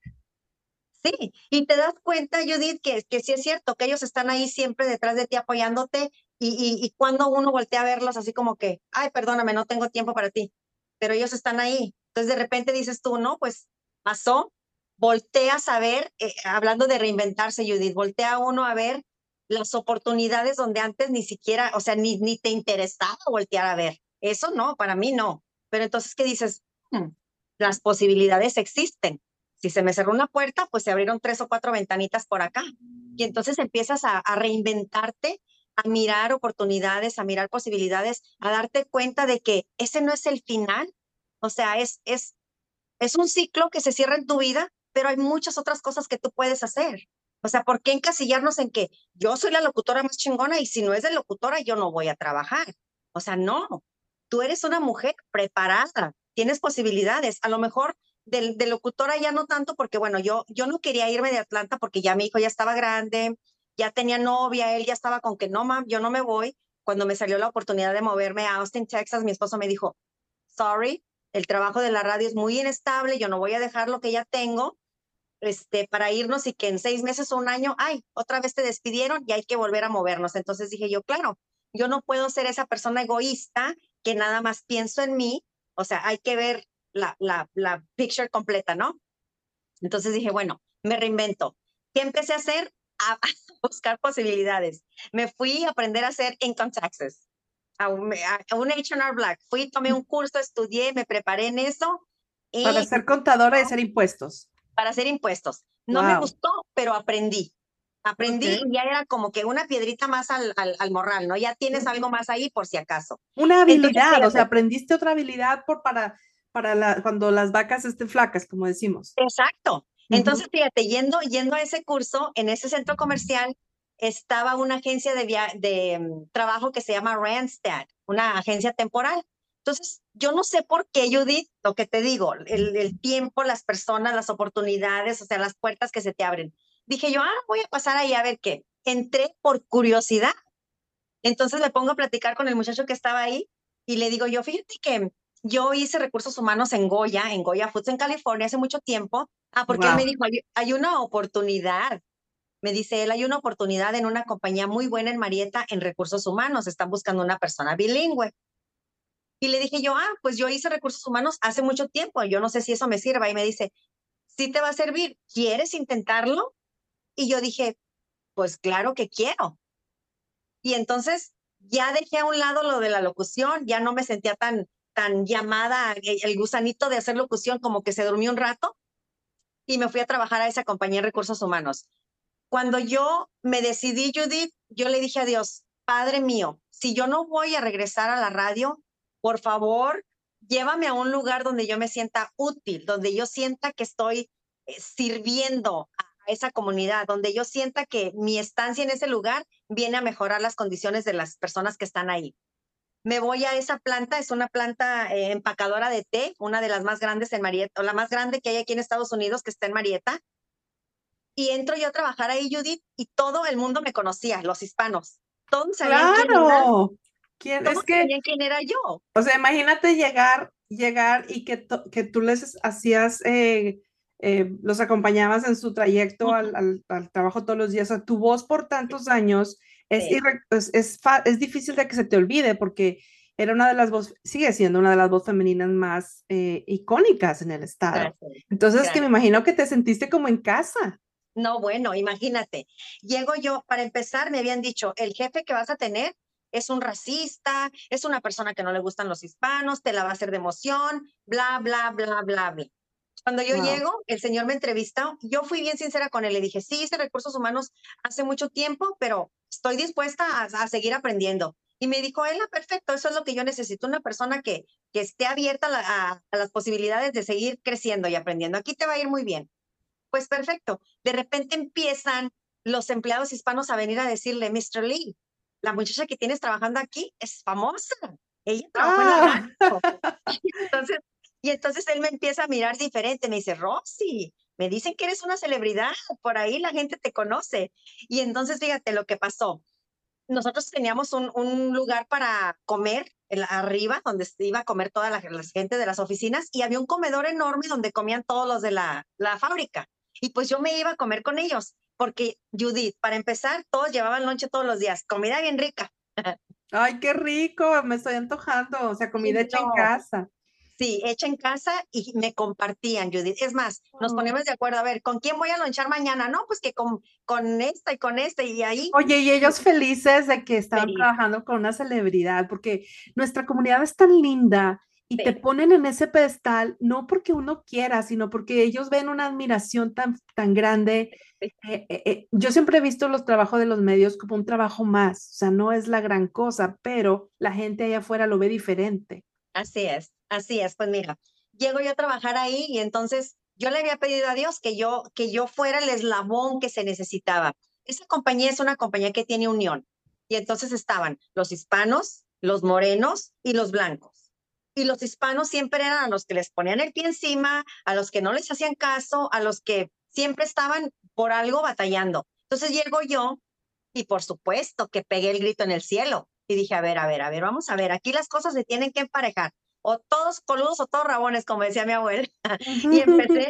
sí, y te das cuenta, Judith, que, que sí es cierto, que ellos están ahí siempre detrás de ti apoyándote y, y, y cuando uno voltea a verlos así como que, ay, perdóname, no tengo tiempo para ti, pero ellos están ahí. Entonces de repente dices tú, no, pues pasó, volteas a ver, eh, hablando de reinventarse, Judith, voltea uno a ver las oportunidades donde antes ni siquiera, o sea, ni, ni te interesaba voltear a ver. Eso no, para mí no. Pero entonces, ¿qué dices? Hmm, las posibilidades existen. Si se me cerró una puerta, pues se abrieron tres o cuatro ventanitas por acá. Y entonces empiezas a, a reinventarte, a mirar oportunidades, a mirar posibilidades, a darte cuenta de que ese no es el final. O sea, es, es, es un ciclo que se cierra en tu vida, pero hay muchas otras cosas que tú puedes hacer. O sea, ¿por qué encasillarnos en que yo soy la locutora más chingona y si no es de locutora, yo no voy a trabajar? O sea, no. Tú eres una mujer preparada, tienes posibilidades. A lo mejor de, de locutora ya no tanto, porque bueno, yo, yo no quería irme de Atlanta porque ya mi hijo ya estaba grande, ya tenía novia, él ya estaba con que no, mam, yo no me voy. Cuando me salió la oportunidad de moverme a Austin, Texas, mi esposo me dijo, sorry, el trabajo de la radio es muy inestable, yo no voy a dejar lo que ya tengo este, para irnos y que en seis meses o un año, ay, otra vez te despidieron y hay que volver a movernos. Entonces dije yo, claro, yo no puedo ser esa persona egoísta que nada más pienso en mí, o sea, hay que ver la, la, la picture completa, ¿no? Entonces dije, bueno, me reinvento. ¿Qué empecé a hacer? A, a buscar posibilidades. Me fui a aprender a hacer income taxes, a un, a un H and R Black. Fui, tomé un curso, estudié, me preparé en eso Para y ser contadora y hacer impuestos. para hacer impuestos. No me Wow. gustó, pero aprendí. Aprendí Ok. y ya era como que una piedrita más al, al, al morral, ¿no? Ya tienes Ujú. algo más ahí por si acaso. Una Entonces, habilidad, o sea, fíjate, aprendiste otra habilidad por, para, para la, cuando las vacas estén flacas, como decimos. exacto. Ujú. Entonces, fíjate, yendo, yendo a ese curso, en ese centro comercial, estaba una agencia de, via de um, trabajo que se llama Randstad, una agencia temporal. Entonces, yo no sé por qué, Judith, lo que te digo, el, el tiempo, las personas, las oportunidades, o sea, las puertas que se te abren. Dije yo, ah, voy a pasar ahí a ver qué. Entré por curiosidad. Entonces me pongo a platicar con el muchacho que estaba ahí y le digo yo, fíjate que yo hice recursos humanos en Goya, en Goya Foods en California hace mucho tiempo. Ah, porque él me Wow. dijo, hay, hay una oportunidad. Me dice él, hay una oportunidad en una compañía muy buena en Marietta en recursos humanos. Están buscando una persona bilingüe. Y le dije yo, ah, pues yo hice recursos humanos hace mucho tiempo. Yo no sé si eso me sirva. Y me dice, sí te va a servir. ¿Quieres intentarlo? Y yo dije, pues claro que quiero. Y entonces ya dejé a un lado lo de la locución, ya no me sentía tan, tan llamada, el, el gusanito de hacer locución como que se durmió un rato y me fui a trabajar a esa compañía de recursos humanos. Cuando yo me decidí, Judith, yo le dije a Dios, Padre mío, si yo no voy a regresar a la radio, por favor, llévame a un lugar donde yo me sienta útil, donde yo sienta que estoy eh, sirviendo a esa comunidad, donde yo sienta que mi estancia en ese lugar viene a mejorar las condiciones de las personas que están ahí. Me voy a esa planta, es una planta eh, empacadora de té, una de las más grandes en Marietta, o la más grande que hay aquí en Estados Unidos, que está en Marietta, y entro yo a trabajar ahí, Judith, y todo el mundo me conocía, los hispanos. Todos sabían quién era, Claro. ¿Quién? todos Es que, sabían quién era yo. o sea, imagínate llegar. llegar y que, to- que tú les hacías, eh, eh, los acompañabas en su trayecto Ujú. al, al- al trabajo todos los días. O sea, tu voz por tantos años es, Sí, irre- es, es, fa- es difícil de que se te olvide porque era una de las voces, sigue siendo una de las voces femeninas más eh, icónicas en el estado. gracias, Entonces, que me gracias. imagino que te sentiste como en casa. No, bueno, imagínate. Llego yo, para empezar, me habían dicho, el jefe que vas a tener es un racista, es una persona que no le gustan los hispanos, te la va a hacer de emoción, bla, bla, bla, bla, bla. Cuando yo Wow. llego, el señor me entrevistó, yo fui bien sincera con él, le dije, sí, hice recursos humanos hace mucho tiempo, pero estoy dispuesta a, a seguir aprendiendo. Y me dijo, él, perfecto, eso es lo que yo necesito, una persona que, que esté abierta a, la- a- a las posibilidades de seguir creciendo y aprendiendo. Aquí te va a ir muy bien. Pues perfecto. De repente empiezan los empleados hispanos a venir a decirle, mister Lee, la muchacha que tienes trabajando aquí es famosa. Ella trabajó en la Ah, radio. Entonces, y entonces él me empieza a mirar diferente, me dice, Rosy, me dicen que eres una celebridad, por ahí la gente te conoce. Y entonces fíjate lo que pasó. Nosotros teníamos un, un lugar para comer en la- arriba, donde se iba a comer toda la, la gente de las oficinas, y había un comedor enorme donde comían todos los de la, la fábrica. Y pues yo me iba a comer con ellos, porque Judith, para empezar, todos llevaban lonche todos los días, comida bien rica. ay, qué rico, me estoy antojando. O sea, comida hecha en No, casa. sí, hecha en casa y me compartían, Judith. Es más, nos Oh. poníamos de acuerdo, a ver, ¿con quién voy a lonchar mañana? No, pues que con, con esta y con esta, y ahí, Oye, y ellos felices de que estaban feliz. trabajando con una celebridad, porque nuestra comunidad es tan linda y te Sí, ponen en ese pedestal, no porque uno quiera, sino porque ellos ven una admiración tan, tan grande. sí, Eh, eh, eh, yo siempre he visto los trabajos de los medios como un trabajo más, o sea, no es la gran cosa, pero la gente allá afuera lo ve diferente. así es, así es. Pues mira, llego yo a trabajar ahí y entonces yo le había pedido a Dios que yo, que yo fuera el eslabón que se necesitaba. Esa compañía es una compañía que tiene unión. Y entonces estaban los hispanos, los morenos y los blancos. Y los hispanos siempre eran a los que les ponían el pie encima, a los que no les hacían caso, a los que siempre estaban por algo batallando. Entonces llego yo y por supuesto que pegué el grito en el cielo y dije, a ver, a ver, a ver, vamos a ver, aquí las cosas se tienen que emparejar, o todos coludos o todos rabones, como decía mi abuela. Y empecé,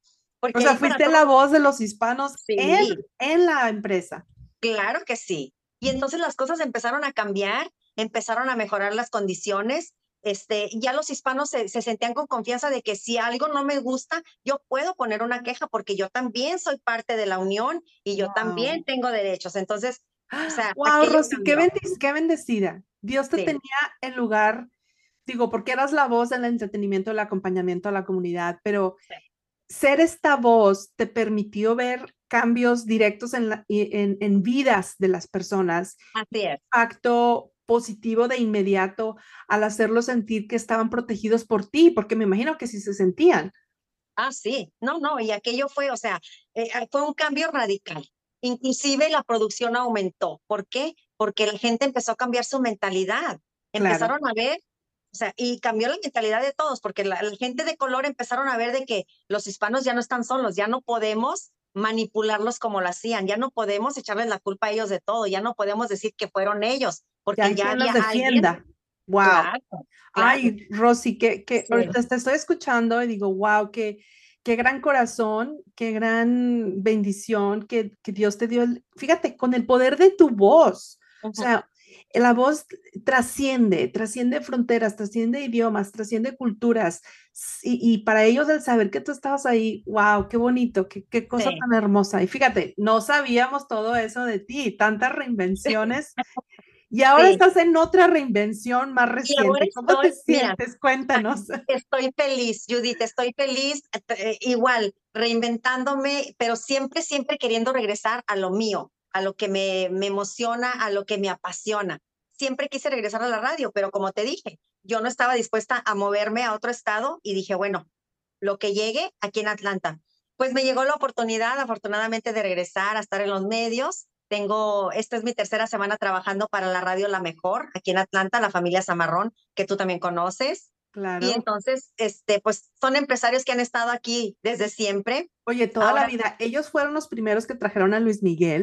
O porque sea, ahí para fuiste la todo, voz de los hispanos en, sí, en la empresa. claro que sí. Y entonces las cosas empezaron a cambiar, empezaron a mejorar las condiciones. Este, ya los hispanos se, se sentían con confianza de que si algo no me gusta, yo puedo poner una queja porque yo también soy parte de la unión y yo también Wow. tengo derechos. Entonces, o sea, Wow, aquello Rosy, qué, cambió. bendic- qué bendecida. Dios te Sí, tenía en lugar, digo, porque eras la voz del entretenimiento, el acompañamiento a la comunidad, pero sí, ser esta voz te permitió ver cambios directos en, la- y- en, en vidas de las personas, así es. impacto positivo de inmediato al hacerlos sentir que estaban protegidos por ti, porque me imagino que sí se sentían. Ah, sí, no, no, y aquello fue, o sea, eh, ah, fue un cambio radical. Inclusive la producción aumentó. ¿Por qué? Porque la gente empezó a cambiar su mentalidad. Claro, Empezaron a ver, o sea, y cambió la mentalidad de todos, porque la, la gente de color empezaron a ver de que los hispanos ya no están solos, ya no podemos manipularlos como lo hacían, ya no podemos echarles la culpa a ellos de todo, ya no podemos decir que fueron ellos, ya porque hay ya quien las había alguien. defienda. Wow. Claro, claro. Ay, Rosy, que, que Sí, ahorita te estoy escuchando y digo, wow, qué, qué gran corazón, qué gran bendición que, que Dios te dio. el- fíjate, con el poder de tu voz. O ujú, sea, la voz trasciende, trasciende fronteras, trasciende idiomas, trasciende culturas. Y, y para ellos el saber que tú estabas ahí, wow, qué bonito, qué, qué cosa sí. tan hermosa. Y fíjate, no sabíamos todo eso de ti, tantas reinvenciones y ahora Sí, estás en otra reinvención más y ahora reciente. ¿Cómo te estoy, mira, sientes? ah, Cuéntanos. estoy feliz, Judith, estoy feliz, eh, igual, reinventándome, pero siempre, siempre queriendo regresar a lo mío, a lo que me, me emociona, a lo que me apasiona. Siempre quise regresar a la radio, pero como te dije, yo no estaba dispuesta a moverme a otro estado y dije, bueno, lo que llegue aquí en Atlanta. Pues me llegó la oportunidad, afortunadamente, de regresar a estar en los medios. Tengo, esta es mi tercera semana trabajando para la radio La Mejor, aquí en Atlanta, la familia Zamarrón, que tú también conoces. Y Claro. entonces, este, pues son empresarios que han estado aquí desde siempre. Oye, toda la Ahora, vida, ellos fueron los primeros que trajeron a Luis Miguel.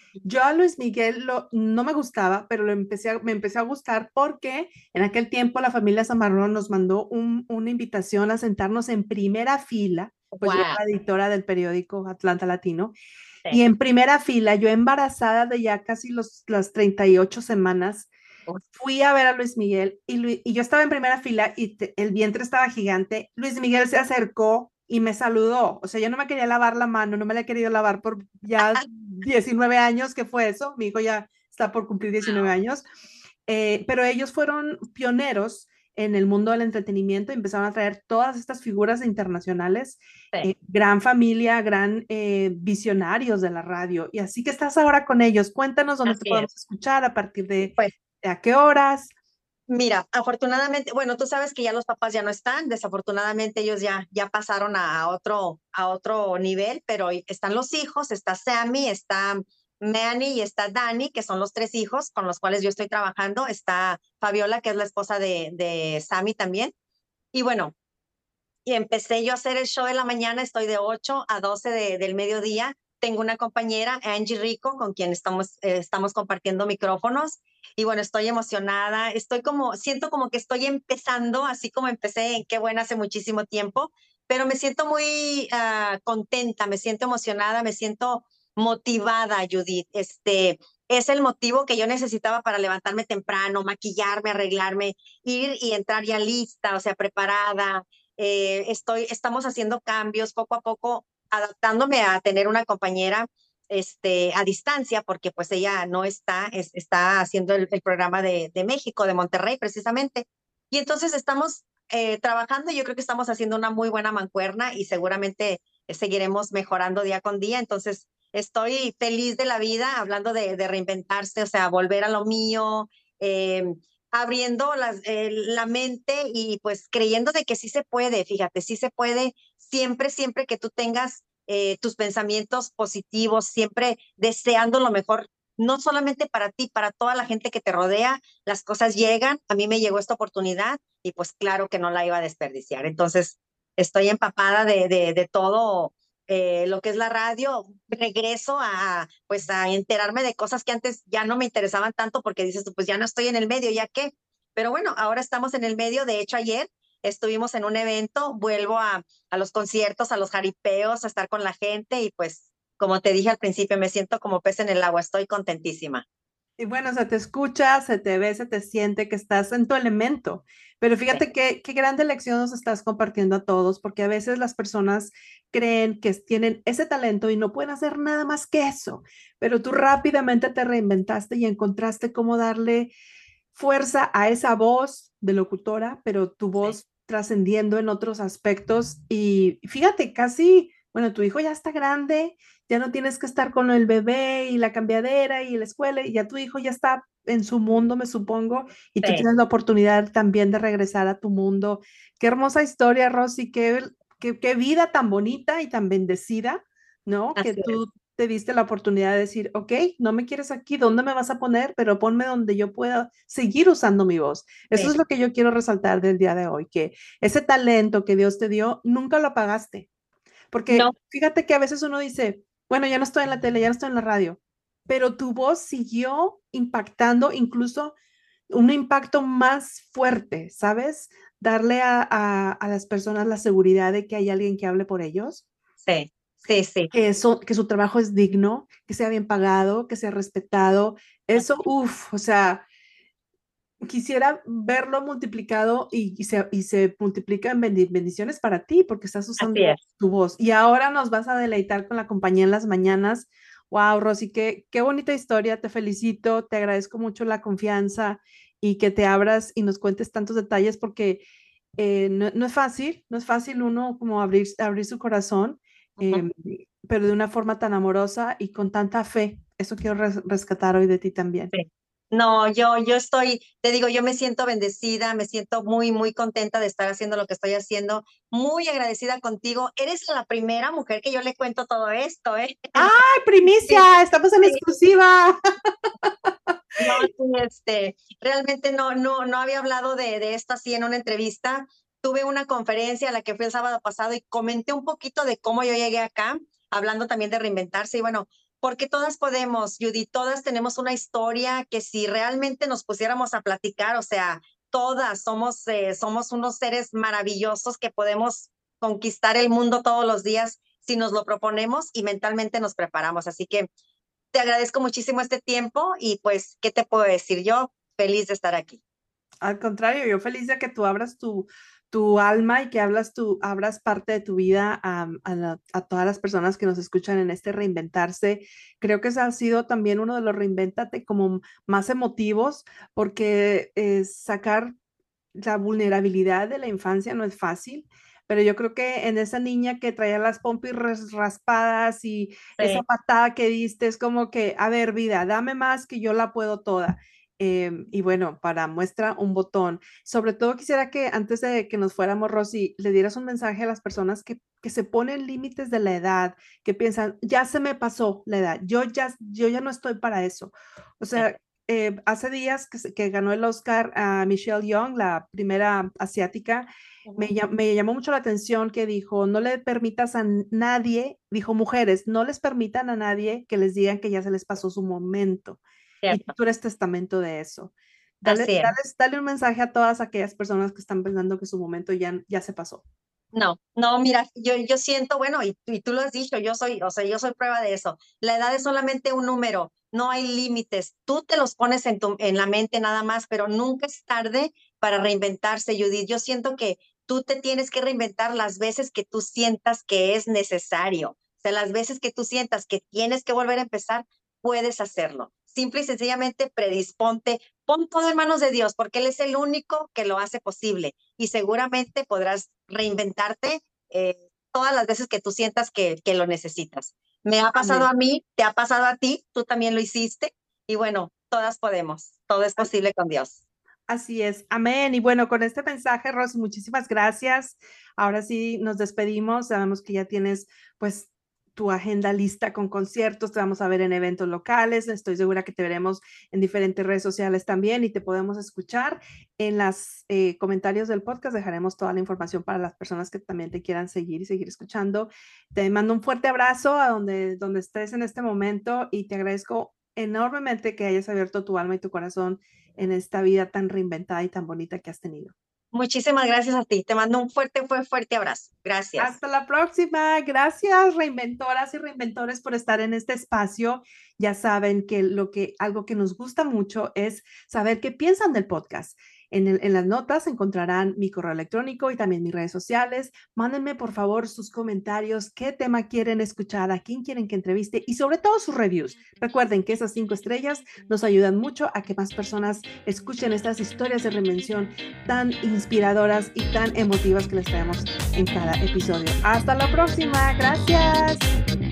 Yo a Luis Miguel lo, no me gustaba, pero lo empecé a- me empecé a gustar porque en aquel tiempo la familia Zamarrón nos mandó un- una invitación a sentarnos en primera fila, pues yo Wow. era editora del periódico Atlanta Latino, y Sí. en primera fila, yo embarazada de ya casi los, las treinta y ocho semanas, fui a ver a Luis Miguel y, Lu- y yo estaba en primera fila y te- el vientre estaba gigante. Luis Miguel se acercó y me saludó. O sea, yo no me quería lavar la mano, no me la he querido lavar por ya diecinueve años, que fue eso. Mi hijo ya está por cumplir diecinueve años. Eh, pero ellos fueron pioneros en el mundo del entretenimiento y empezaron a traer todas estas figuras internacionales, Sí, eh, gran familia, gran eh, visionarios de la radio. Y así que estás ahora con ellos. Cuéntanos dónde te así es. podemos escuchar, a partir de Pues ¿a qué horas? mira, afortunadamente, bueno, tú sabes que ya los papás ya no están, desafortunadamente ellos ya, ya pasaron a otro, a otro nivel, pero están los hijos, está Sammy, está Manny y está Dani, que son los tres hijos con los cuales yo estoy trabajando, está Fabiola, que es la esposa de, de Sammy también. Y bueno, y empecé yo a hacer el show de la mañana, estoy de ocho a doce de, del mediodía. Tengo una compañera, Angie Rico, con quien estamos, eh, estamos compartiendo micrófonos. Y bueno, estoy emocionada, estoy como, siento como que estoy empezando, así como empecé en Qué Buena hace muchísimo tiempo, pero me siento muy uh, contenta, me siento emocionada, me siento motivada, Judith. Este, es el motivo que yo necesitaba para levantarme temprano, maquillarme, arreglarme, ir y entrar ya lista, o sea, preparada. Eh, estoy, estamos haciendo cambios poco a poco, adaptándome a tener una compañera este, a distancia, porque pues ella no está, es, está haciendo el, el programa de, de, México, de Monterrey precisamente. Y entonces estamos eh, trabajando, y yo creo que estamos haciendo una muy buena mancuerna y seguramente eh, seguiremos mejorando día con día. Entonces estoy feliz de la vida, hablando de, de reinventarse, o sea, volver a lo mío. Eh, abriendo las, eh, la mente y pues creyendo de que sí se puede, fíjate, sí se puede, siempre, siempre que tú tengas eh, tus pensamientos positivos, siempre deseando lo mejor, no solamente para ti, para toda la gente que te rodea, las cosas llegan, a mí me llegó esta oportunidad y pues claro que no la iba a desperdiciar. Entonces, estoy empapada de, de, de todo eh, lo que es la radio, regreso a, pues, a enterarme de cosas que antes ya no me interesaban tanto porque dices tú, pues ya no estoy en el medio, ¿ya qué? Pero bueno, ahora estamos en el medio. De hecho, ayer estuvimos en un evento, vuelvo a, a los conciertos, a los jaripeos, a estar con la gente y pues, como te dije al principio, me siento como pez en el agua, estoy contentísima. Y bueno, se te escucha, se te ve, se te siente que estás en tu elemento. Pero Sí, fíjate qué, qué grande lección nos estás compartiendo a todos, porque a veces las personas creen que tienen ese talento y no pueden hacer nada más que eso. Pero tú rápidamente te reinventaste y encontraste cómo darle fuerza a esa voz de locutora, pero tu sí, voz trascendiendo en otros aspectos. Y fíjate, casi, bueno, tu hijo ya está grande, ya no tienes que estar con el bebé y la cambiadera y la escuela, y ya tu hijo ya está en su mundo, me supongo, y tú sí, tienes la oportunidad también de regresar a tu mundo. Qué hermosa historia, Rosy, qué, qué, qué vida tan bonita y tan bendecida, ¿no? Que así es. tú te diste la oportunidad de decir, ok, no me quieres aquí, ¿dónde me vas a poner? Pero ponme donde yo pueda seguir usando mi voz. Eso Sí. es lo que yo quiero resaltar del día de hoy, que ese talento que Dios te dio, nunca lo apagaste. No, Porque fíjate que a veces uno dice, bueno, ya no estoy en la tele, ya no estoy en la radio, pero tu voz siguió impactando, incluso un impacto más fuerte, ¿sabes? Darle a, a, a las personas la seguridad de que hay alguien que hable por ellos, sí, sí, sí. que, eso, que su trabajo es digno, que sea bien pagado, que sea respetado. Eso, uff, o sea, quisiera verlo multiplicado y, y, se, y se multiplica en bendiciones para ti porque estás Así usando es. tu voz. Y ahora nos vas a deleitar con la compañía en las mañanas. Wow, Rosy, qué, qué bonita historia. Te felicito, te agradezco mucho la confianza y que te abras y nos cuentes tantos detalles porque eh, no, no, es fácil, no es fácil uno como abrir, abrir su corazón, Ujú. eh, pero de una forma tan amorosa y con tanta fe. Eso quiero res rescatar hoy de ti también. Sí. No, yo, yo estoy, te digo, yo me siento bendecida, me siento muy, muy contenta de estar haciendo lo que estoy haciendo, muy agradecida contigo. Eres la primera mujer que yo le cuento todo esto, ¿eh? ¡Ay, Sí, primicia! Estamos en sí. exclusiva. No, sí, este, realmente no, no, no había hablado de, de esto así en una entrevista. Tuve una conferencia a la que fui el sábado pasado y comenté un poquito de cómo yo llegué acá, hablando también de reinventarse. Y bueno, porque todas podemos, Judy, todas tenemos una historia que si realmente nos pusiéramos a platicar, o sea, todas somos, eh, somos unos seres maravillosos que podemos conquistar el mundo todos los días si nos lo proponemos y mentalmente nos preparamos. Así que te agradezco muchísimo este tiempo y pues, ¿qué te puedo decir? Yo feliz de estar aquí. Al contrario, yo feliz de que tú abras tu, tu alma y que hablas tu, abras parte de tu vida a, a, la- a todas las personas que nos escuchan en este reinventarse. Creo que ese ha sido también uno de los reinvéntate como más emotivos, porque eh, sacar la vulnerabilidad de la infancia no es fácil, pero yo creo que en esa niña que traía las pompis ras- raspadas y esa Sí, patada que diste es como que, a ver, vida, dame más que yo la puedo toda. Em, y bueno, para muestra un botón. Sobre todo quisiera que antes de que nos fuéramos, Rosy, le dieras un mensaje a las personas que, que se ponen límites de la edad, que piensan, ya se me pasó la edad, yo ya, yo ya no estoy para eso. O sí. sea, eh, hace días que, se- que ganó el Oscar a Michelle Yeoh, la primera asiática, me, Ujú. llam- me llamó mucho la atención que dijo, no le permitas a n- nadie, dijo mujeres, no les permitan a nadie que les digan que ya se les pasó su momento. Y Cierto, tú eres testamento de eso. Dale, así es. dale, dale un mensaje a todas aquellas personas que están pensando que su momento ya, ya se pasó. No, no, mira, yo, yo siento, bueno, y, y tú lo has dicho, yo soy, o sea, yo soy prueba de eso. La edad es solamente un número, no hay límites. Tú te los pones en tu, en la mente nada más, pero nunca es tarde para reinventarse, Judith. Yo siento que tú te tienes que reinventar las veces que tú sientas que es necesario. O sea, las veces que tú sientas que tienes que volver a empezar, puedes hacerlo. Simple y sencillamente predisponte, pon todo en manos de Dios, porque Él es el único que lo hace posible y seguramente podrás reinventarte eh, todas las veces que tú sientas que, que lo necesitas. Me ha pasado Amén. a mí, te ha pasado a ti, tú también lo hiciste y bueno, todas podemos, todo es posible con Dios. Así es, amén. Y bueno, con este mensaje, Rosy, muchísimas gracias. Ahora sí nos despedimos. Sabemos que ya tienes pues tu agenda lista con conciertos, te vamos a ver en eventos locales. Estoy segura que te veremos en diferentes redes sociales también y te podemos escuchar. En los eh, comentarios del podcast dejaremos toda la información para las personas que también te quieran seguir y seguir escuchando. Te mando un fuerte abrazo a donde, donde estés en este momento y te agradezco enormemente que hayas abierto tu alma y tu corazón en esta vida tan reinventada y tan bonita que has tenido. Muchísimas gracias a ti. Te mando un fuerte, fuerte, fuerte abrazo. Gracias. Hasta la próxima. Gracias, reinventoras y reinventores, por estar en este espacio. Ya saben que lo que algo que nos gusta mucho es saber qué piensan del podcast. En, el, en las notas encontrarán mi correo electrónico y también mis redes sociales. Mándenme por favor sus comentarios, qué tema quieren escuchar, a quién quieren que entreviste y sobre todo sus reviews. Recuerden que esas cinco estrellas nos ayudan mucho a que más personas escuchen estas historias de reinvención tan inspiradoras y tan emotivas que les traemos en cada episodio. Hasta la próxima. Gracias.